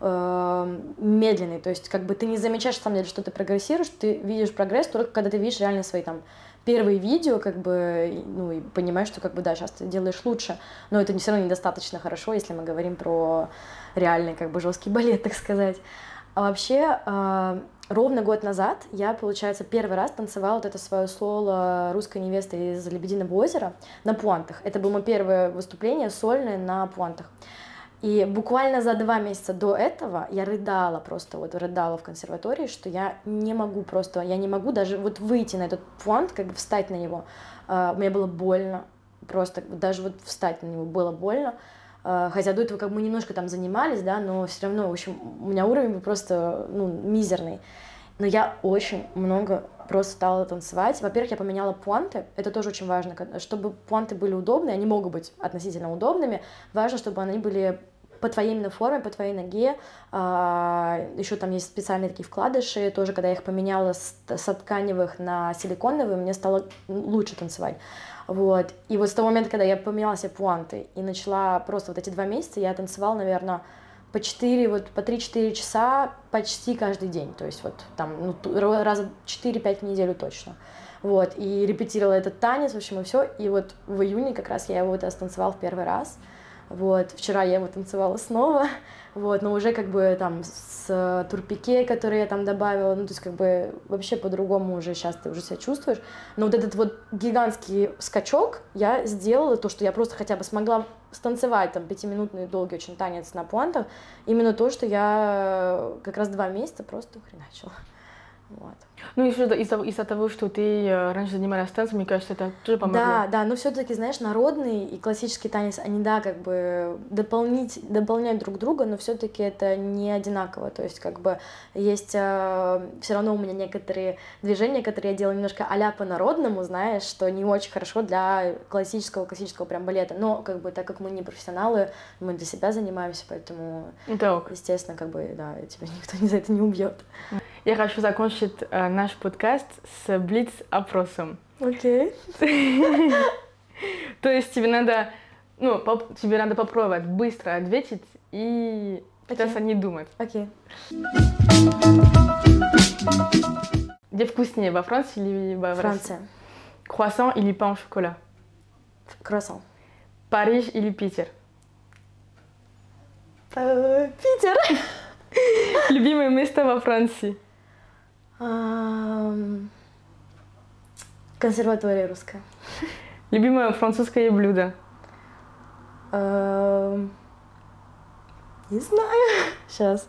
э, медленный, то есть, как бы, ты не замечаешь, на самом деле, что ты прогрессируешь, ты видишь прогресс только когда ты видишь реально свои, там, первые видео, как бы, ну, и понимаешь, что, как бы, да, сейчас ты делаешь лучше, но это все равно недостаточно хорошо, если мы говорим про реальный, как бы, жесткий балет, так сказать. А вообще, э, ровно год назад я, получается, первый раз танцевала вот это свое соло «Русская невеста из Лебединого озера» на пуантах. Это было мое первое выступление сольное на пуантах. И буквально за два месяца до этого я рыдала просто, вот рыдала в консерватории, что я не могу просто, я не могу даже вот выйти на этот пуант, как бы встать на него. Uh, мне было больно, просто даже вот встать на него было больно. Uh, хотя до этого как бы мы немножко там занимались, да, но все равно, в общем, у меня уровень был просто, ну, мизерный. Но я очень много просто стала танцевать. Во-первых, я поменяла пуанты, это тоже очень важно, чтобы пуанты были удобные, они могут быть относительно удобными, важно, чтобы они были по твоей именно форме, по твоей ноге. Еще там есть специальные такие вкладыши, тоже когда я их поменяла с, с тканевых на силиконовые, мне стало лучше танцевать. Вот. И вот с того момента, когда я поменяла себе пуанты и начала просто вот эти два месяца, я танцевала, наверное, по четыре, вот по три-четыре часа почти каждый день, то есть вот там ну, раза четыре-пять в неделю точно. Вот, и репетировала этот танец, в общем, и все. И вот в июне как раз я его станцевала в первый раз. Вот, вчера я его танцевала снова, вот, но уже как бы там с турпике, который я там добавила, ну, то есть как бы вообще по-другому уже сейчас ты уже себя чувствуешь. Но вот этот вот гигантский скачок я сделала, то, что я просто хотя бы смогла станцевать там пятиминутный долгий очень танец на пуантах, именно то, что я как раз два месяца просто хреначила. Вот. Ну, еще из-за, из-за того, что ты раньше занималась танцем, мне кажется, это тоже помогло. Да, да, но все-таки, знаешь, народный и классический танец, они, да, как бы дополнить, дополняют друг друга, но все-таки это не одинаково. То есть, как бы, есть э, все равно у меня некоторые движения, которые я делаю немножко а-ля по-народному, знаешь, что не очень хорошо для классического, классического прям балета. Но, как бы, так как мы не профессионалы, мы для себя занимаемся, поэтому, это естественно, как бы, да, тебя никто за это не убьет. Я хочу закончить э, наш подкаст с блиц-опросом. Окей. То есть тебе надо, ну, поп- тебе надо попробовать быстро ответить и пытаться не думать. Окей. Где вкуснее, во Франции или во России? Франция. Круассан или pain au chocolat? Круассан. Париж или Питер? Питер. Любимое место во Франции? Консерватория русская. Любимое французское блюдо? Не знаю. Сейчас.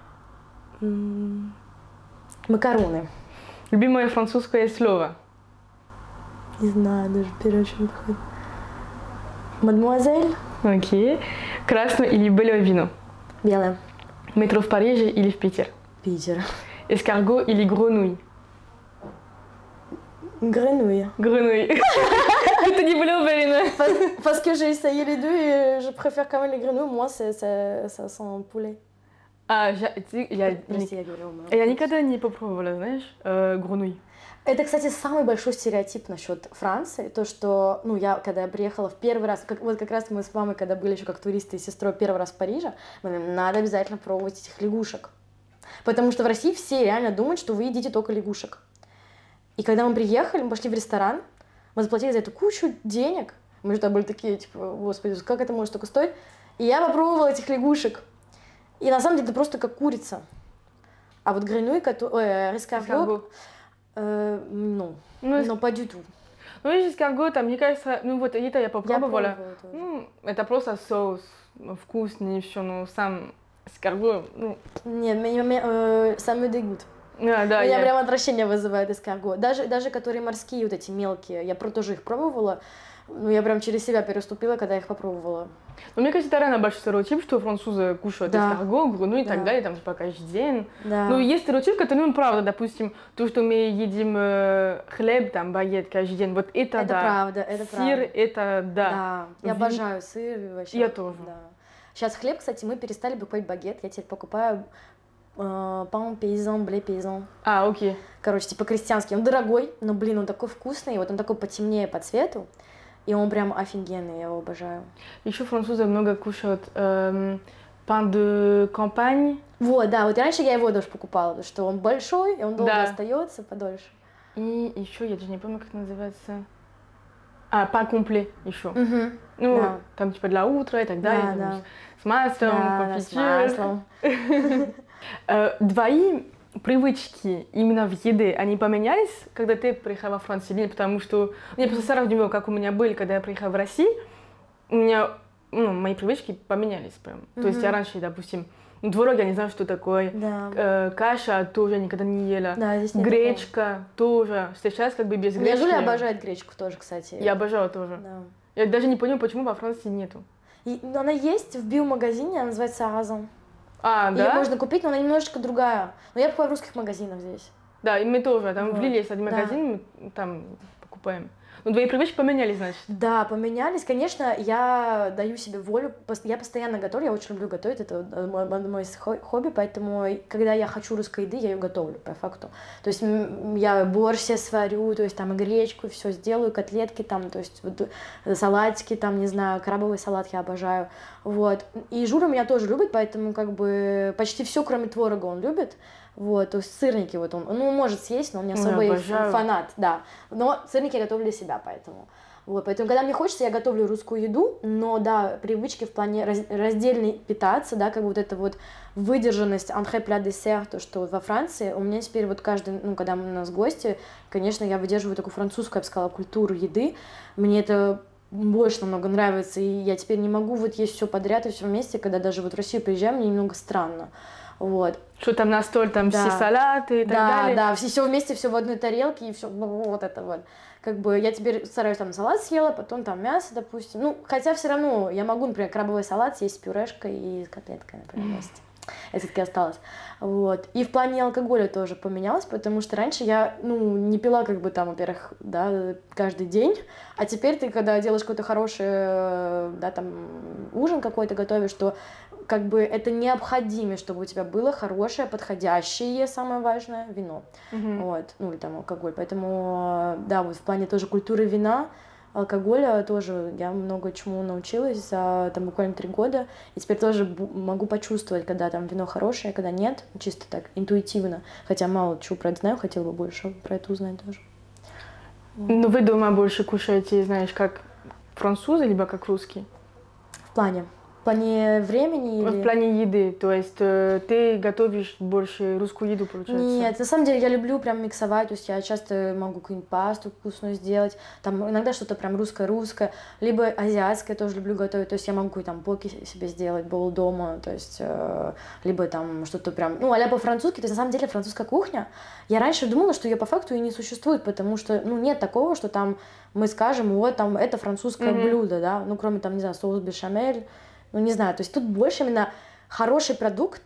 Макароны. Любимое французское слово? Не знаю, даже первое, что приходит. Мадемуазель. Окей. Красное или белое вино? Белое. Метро в Париже или в Питер? Питер. Escargot или гrenouille? Гренouille. Гренouille. Ты не была уверена? Parce que j'ai essayé les deux et je préfère quand même les grenouilles. Moi, c'est, ça, ça sent poulet. А, я, я, Прости, я говорила много. Я никогда не попробовала, знаешь, э, гренуй. Это, кстати, самый большой стереотип насчет Франции. То, что, ну, я, когда я приехала в первый раз, как, вот как раз мы с мамой, когда были еще как туристы и сестрой первый раз в Париже, мы говорим, надо обязательно пробовать этих лягушек. Потому что в России все реально думают, что вы едите только лягушек. И когда мы приехали, мы пошли в ресторан, мы заплатили за это кучу денег. Мы же там были такие, типа, господи, как это может столько стоить? И я попробовала этих лягушек. И на самом деле это просто как курица. А вот гренуй, который... Эскаргот, э, ну, ну, но pas du tout. Ну, видишь, эскаргот, там, мне кажется, ну вот это я попробовала. Я пробовала тоже. Ну, это просто соус вкусный, все, ну, сам эскаргот, ну... Нет, меня, меня, э, сам me dégoûte. А, да, меня я... прям отвращение вызывает эскаргот. Даже, даже которые морские, вот эти мелкие, я тоже их пробовала. Ну, я прям через себя переступила, когда их попробовала. Ну, мне кажется, это реально большой стереотип, что французы кушают да. эскаргот, ну и да. так далее, там, типа, каждый день. Да. Ну, есть стереотип, который, ну, правда, допустим, то, что мы едим э, хлеб, там, багет каждый день, вот это, это да. Правда, это сыр, правда. это да. Да, я Вин... обожаю сыр вообще. Я тоже. Да. Сейчас хлеб, кстати, мы перестали покупать багет, я теперь покупаю э, пан пейзан, бле пейзан. А, окей. Короче, типа крестьянский, он дорогой, но, блин, он такой вкусный, вот он такой потемнее по цвету. И он прям офигенный, я его обожаю. Еще французы много кушают эм, пан де кампань. Вот, да, вот раньше я его тоже покупала, потому что он большой, и он долго да. остается подольше. И еще, я даже не помню, как это называется. А, пан компле еще. Угу. Ну, да. там типа для утра и так далее. Да, да. С маслом, да, да, с маслом. Двои привычки именно в еде, они поменялись, когда ты приехала во Францию или нет? Потому что я просто сравниваю, как у меня были, когда я приехала в Россию, у меня, ну, мои привычки поменялись прям. Mm-hmm. То есть я раньше, допустим, творог я не знаю, что такое, да. э, каша тоже никогда не ела, да, здесь гречка тоже, сейчас как бы без гречки. Жуля обожает гречку тоже, кстати. Я обожаю тоже. Да. Я даже не понимаю, почему во Франции нету. И, но она есть в биомагазине, она называется Азон. А, да? Ее можно купить, но она немножечко другая. Но я покупаю в русских магазинах здесь. Да, и мы тоже. Там вот. в Лиле есть один магазин, да. мы там покупаем. Ну, твои привычки поменялись, значит? Да, поменялись. Конечно, я даю себе волю. Я постоянно готовлю, я очень люблю готовить. Это одно мое хобби, поэтому, когда я хочу русской еды, я ее готовлю, по факту. То есть я борщ себе сварю, то есть там и гречку, все сделаю, котлетки там, то есть вот, салатики там, не знаю, крабовый салат я обожаю. Вот. И Жура меня тоже любит, поэтому как бы почти все, кроме творога, он любит. Вот, то есть сырники вот он, ну, может съесть, но он не особый фанат, да. Но сырники я готовлю для себя, поэтому. Вот, поэтому, когда мне хочется, я готовлю русскую еду, но, да, привычки в плане раз, раздельной питаться, да, как бы вот эта вот выдержанность entrée, plat, dessert, то, что во Франции, у меня теперь вот каждый, ну, когда у нас гости, конечно, я выдерживаю такую французскую, я бы сказала, культуру еды, мне это больше намного нравится, и я теперь не могу вот есть все подряд и все вместе, когда даже вот в Россию приезжаю, мне немного странно. Вот. Что там на столе, там да. все салаты и так да, далее. Да, да, все вместе, все в одной тарелке и все, ну, вот это вот. Как бы я теперь стараюсь, там салат съела, потом там мясо, допустим. Ну, хотя все равно я могу, например, крабовый салат съесть с пюрешкой и с котлеткой, например, вместе. Это все-таки осталось. Вот. И в плане алкоголя тоже поменялось, потому что раньше я, ну, не пила, как бы там, во-первых, да, каждый день, а теперь ты, когда делаешь какой-то хороший, да, там, ужин какой-то готовишь, то как бы это необходимо, чтобы у тебя было хорошее, подходящее, самое важное, вино. Mm-hmm. Вот. Ну, или там алкоголь. Поэтому, да, вот в плане тоже культуры вина, алкоголя тоже я много чему научилась за там буквально три года. И теперь тоже могу почувствовать, когда там вино хорошее, когда нет, чисто так, интуитивно. Хотя мало чего про это знаю, хотела бы больше про это узнать тоже. Ну, вы дома больше кушаете, знаешь, как французы, либо как русские? В плане? В плане времени или... В плане еды, то есть э, ты готовишь больше русскую еду, получается? Нет, на самом деле я люблю прям миксовать, то есть я часто могу какую-нибудь пасту вкусную сделать, там иногда что-то прям русское-русское, либо азиатское тоже люблю готовить, то есть я могу какую-то там поки себе сделать, бол дома, то есть э, либо там что-то прям, ну а-ля по-французски, то есть на самом деле французская кухня, я раньше думала, что ее по факту и не существует, потому что, ну, нет такого, что там мы скажем, вот там это французское mm-hmm. блюдо, да, ну кроме там, не знаю, соус бешамель. Ну, не знаю, то есть тут больше именно хороший продукт,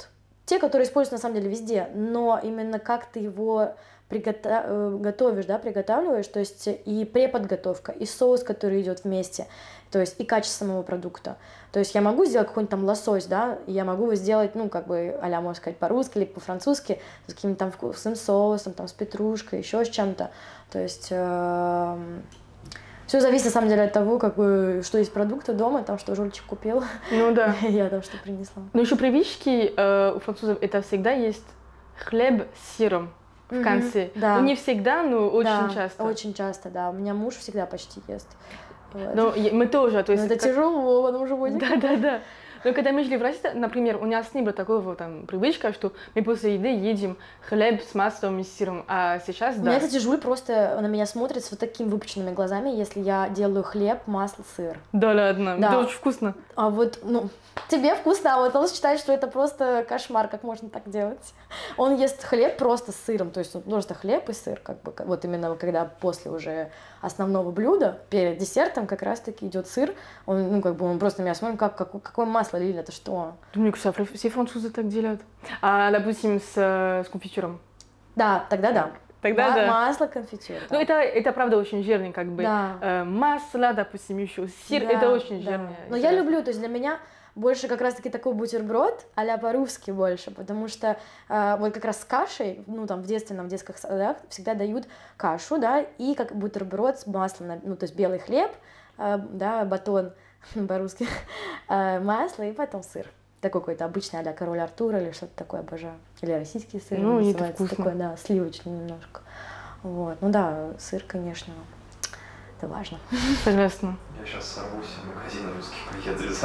те, которые используются на самом деле везде, но именно как ты его приготов... готовишь, да, приготавливаешь, то есть и преподготовка, и соус, который идет вместе, то есть и качество самого продукта. То есть я могу сделать какой-нибудь там лосось, да, я могу его сделать, ну, как бы, а-ля, можно сказать, по-русски или по-французски, с каким-то там вкусным соусом, там, с петрушкой, еще с чем-то. То есть э- все зависит, на самом деле, от того, как бы, что есть продукты дома, там, что Жульчик купил. Ну да. Я там что принесла. Но еще привычки э, у французов это всегда есть хлеб с сыром в mm-hmm, конце. Да. Ну не всегда, но очень да, часто. Очень часто, да. У меня муж всегда почти ест. Вот. Но мы тоже, то есть. Но это как... тяжело в этом животе. Да, да, да. Но когда мы жили в России, например, у нас не было такого там привычка, что мы после еды едим хлеб с маслом и сыром, а сейчас, да. У меня, кстати, Жуль просто на меня смотрит с вот такими выпученными глазами, если я делаю хлеб, масло, сыр. Да ладно, да. Это очень вкусно. А вот, ну, тебе вкусно, а вот он считает, что это просто кошмар, как можно так делать. Он ест хлеб просто с сыром, то есть просто хлеб и сыр, как бы, вот именно когда после уже основного блюда, перед десертом как раз-таки идет сыр, он, ну, как бы, он просто на меня смотрит, как, как, какое масло лили, это что? Думаю, что все французы так делают. А, допустим, с, с конфитюром? Да, тогда да. Тогда Ма- да. Масло, конфитюр. Да. Ну, это, это правда очень жирный, как бы. Да. Э, масло, допустим, еще сыр, да, это очень да. жирное. Но я люблю, то есть для меня больше как раз-таки такой бутерброд, а-ля по-русски больше, потому что э, вот как раз с кашей, ну, там, в детстве, нам в детских садах всегда дают кашу, да, и как бутерброд с маслом, ну, то есть белый хлеб, э, да, батон по-русски, э, масло и потом сыр. Такой какой-то обычный а-ля король Артур или что-то такое, обожаю. Или российский сыр, ну, называется, такой, да, сливочный немножко. Вот, ну да, сыр, конечно, это важно. Согласна. Я сейчас сорвусь в магазин русский, поеду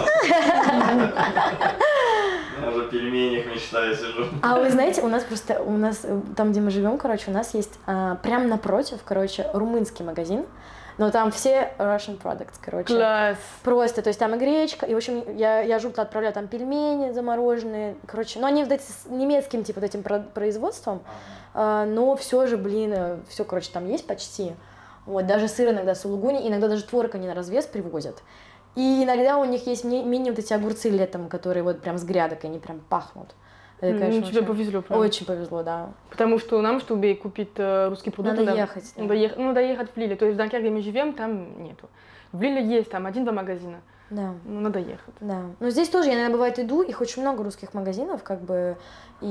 завтра. Я уже в пельменях мечтаю сижу. А вы знаете, у нас просто, у нас там, где мы живем, короче, у нас есть а, прям напротив, короче, румынский магазин. Но там все Russian products, короче. Класс! Просто, то есть там и гречка, и, в общем, я, я жутко отправляю там пельмени замороженные, короче, но они вот эти с немецким, типа, вот этим производством, а, но все же, блин, все, короче, там есть почти. Вот, даже сыр иногда сулугуни, иногда даже творог они на развес привозят. И иногда у них есть ми- мини вот эти огурцы летом, которые вот прям с грядок, они прям пахнут. Это, конечно, ну, тебе очень... повезло, прям. Очень повезло, да. Потому что нам, чтобы купить э, русский продукт, надо надо ехать. Да. Надо ехать, ну, доехать в Лиле. То есть в Данкерке, где мы живем, там нету. В Лиле есть, там один-два магазина. Да. Ну, надо ехать. Да. Но здесь тоже я иногда бывает иду, их очень много русских магазинов, как бы,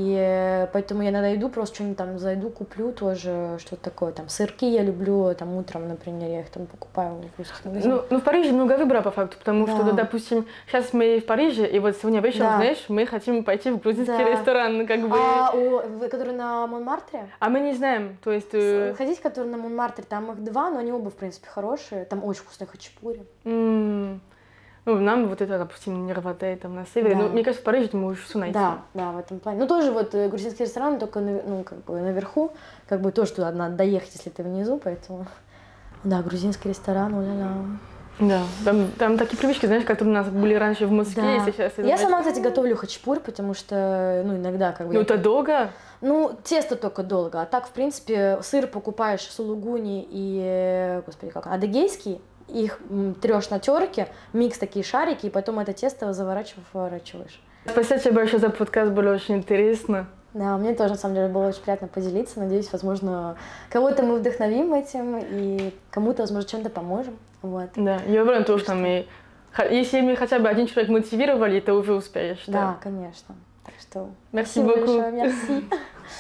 и поэтому я иногда иду, просто что-нибудь там зайду, куплю тоже что-то такое. Там сырки я люблю, там утром, например, я их там покупаю в русских магазинах. Ну, ну в Париже много выбора по факту, потому да. что, допустим, сейчас мы в Париже, и вот сегодня вечером, да. знаешь, мы хотим пойти в грузинский да. ресторан, как бы. А, о, который на Монмартре? А мы не знаем, то есть... Э... Ходите, который на Монмартре, там их два, но они оба, в принципе, хорошие, там очень вкусные хачапури. Mm. Ну, нам вот это, допустим, не хватает там на севере. Да. Ну, мне кажется, в Париже ты можешь все найти. Да, да, в этом плане. Ну, тоже вот грузинский ресторан, только ну, как бы наверху, как бы тоже туда надо доехать, если ты внизу, поэтому... Да, грузинский ресторан, о-ля-ля. Да, там, там такие привычки, знаешь, которые у нас были раньше в Москве, да. и сейчас... Я знаешь... сама, кстати, готовлю хачапури, потому что, ну, иногда как бы... Ну, я... это долго? Ну, тесто только долго, а так, в принципе, сыр покупаешь сулугуни и, господи, как, адыгейский, их трешь на терке, микс такие шарики, и потом это тесто заворачиваешь, выворачиваешь. Спасибо тебе большое за подкаст, было очень интересно. Да, мне тоже, на самом деле, было очень приятно поделиться. Надеюсь, возможно, кого-то мы вдохновим этим, и кому-то, возможно, чем-то поможем. Вот. Да, я уверена, то, что мы... Если мы хотя бы один человек мотивировали, ты уже успеешь. Да, да, конечно. Так что... Merci beaucoup. Merci.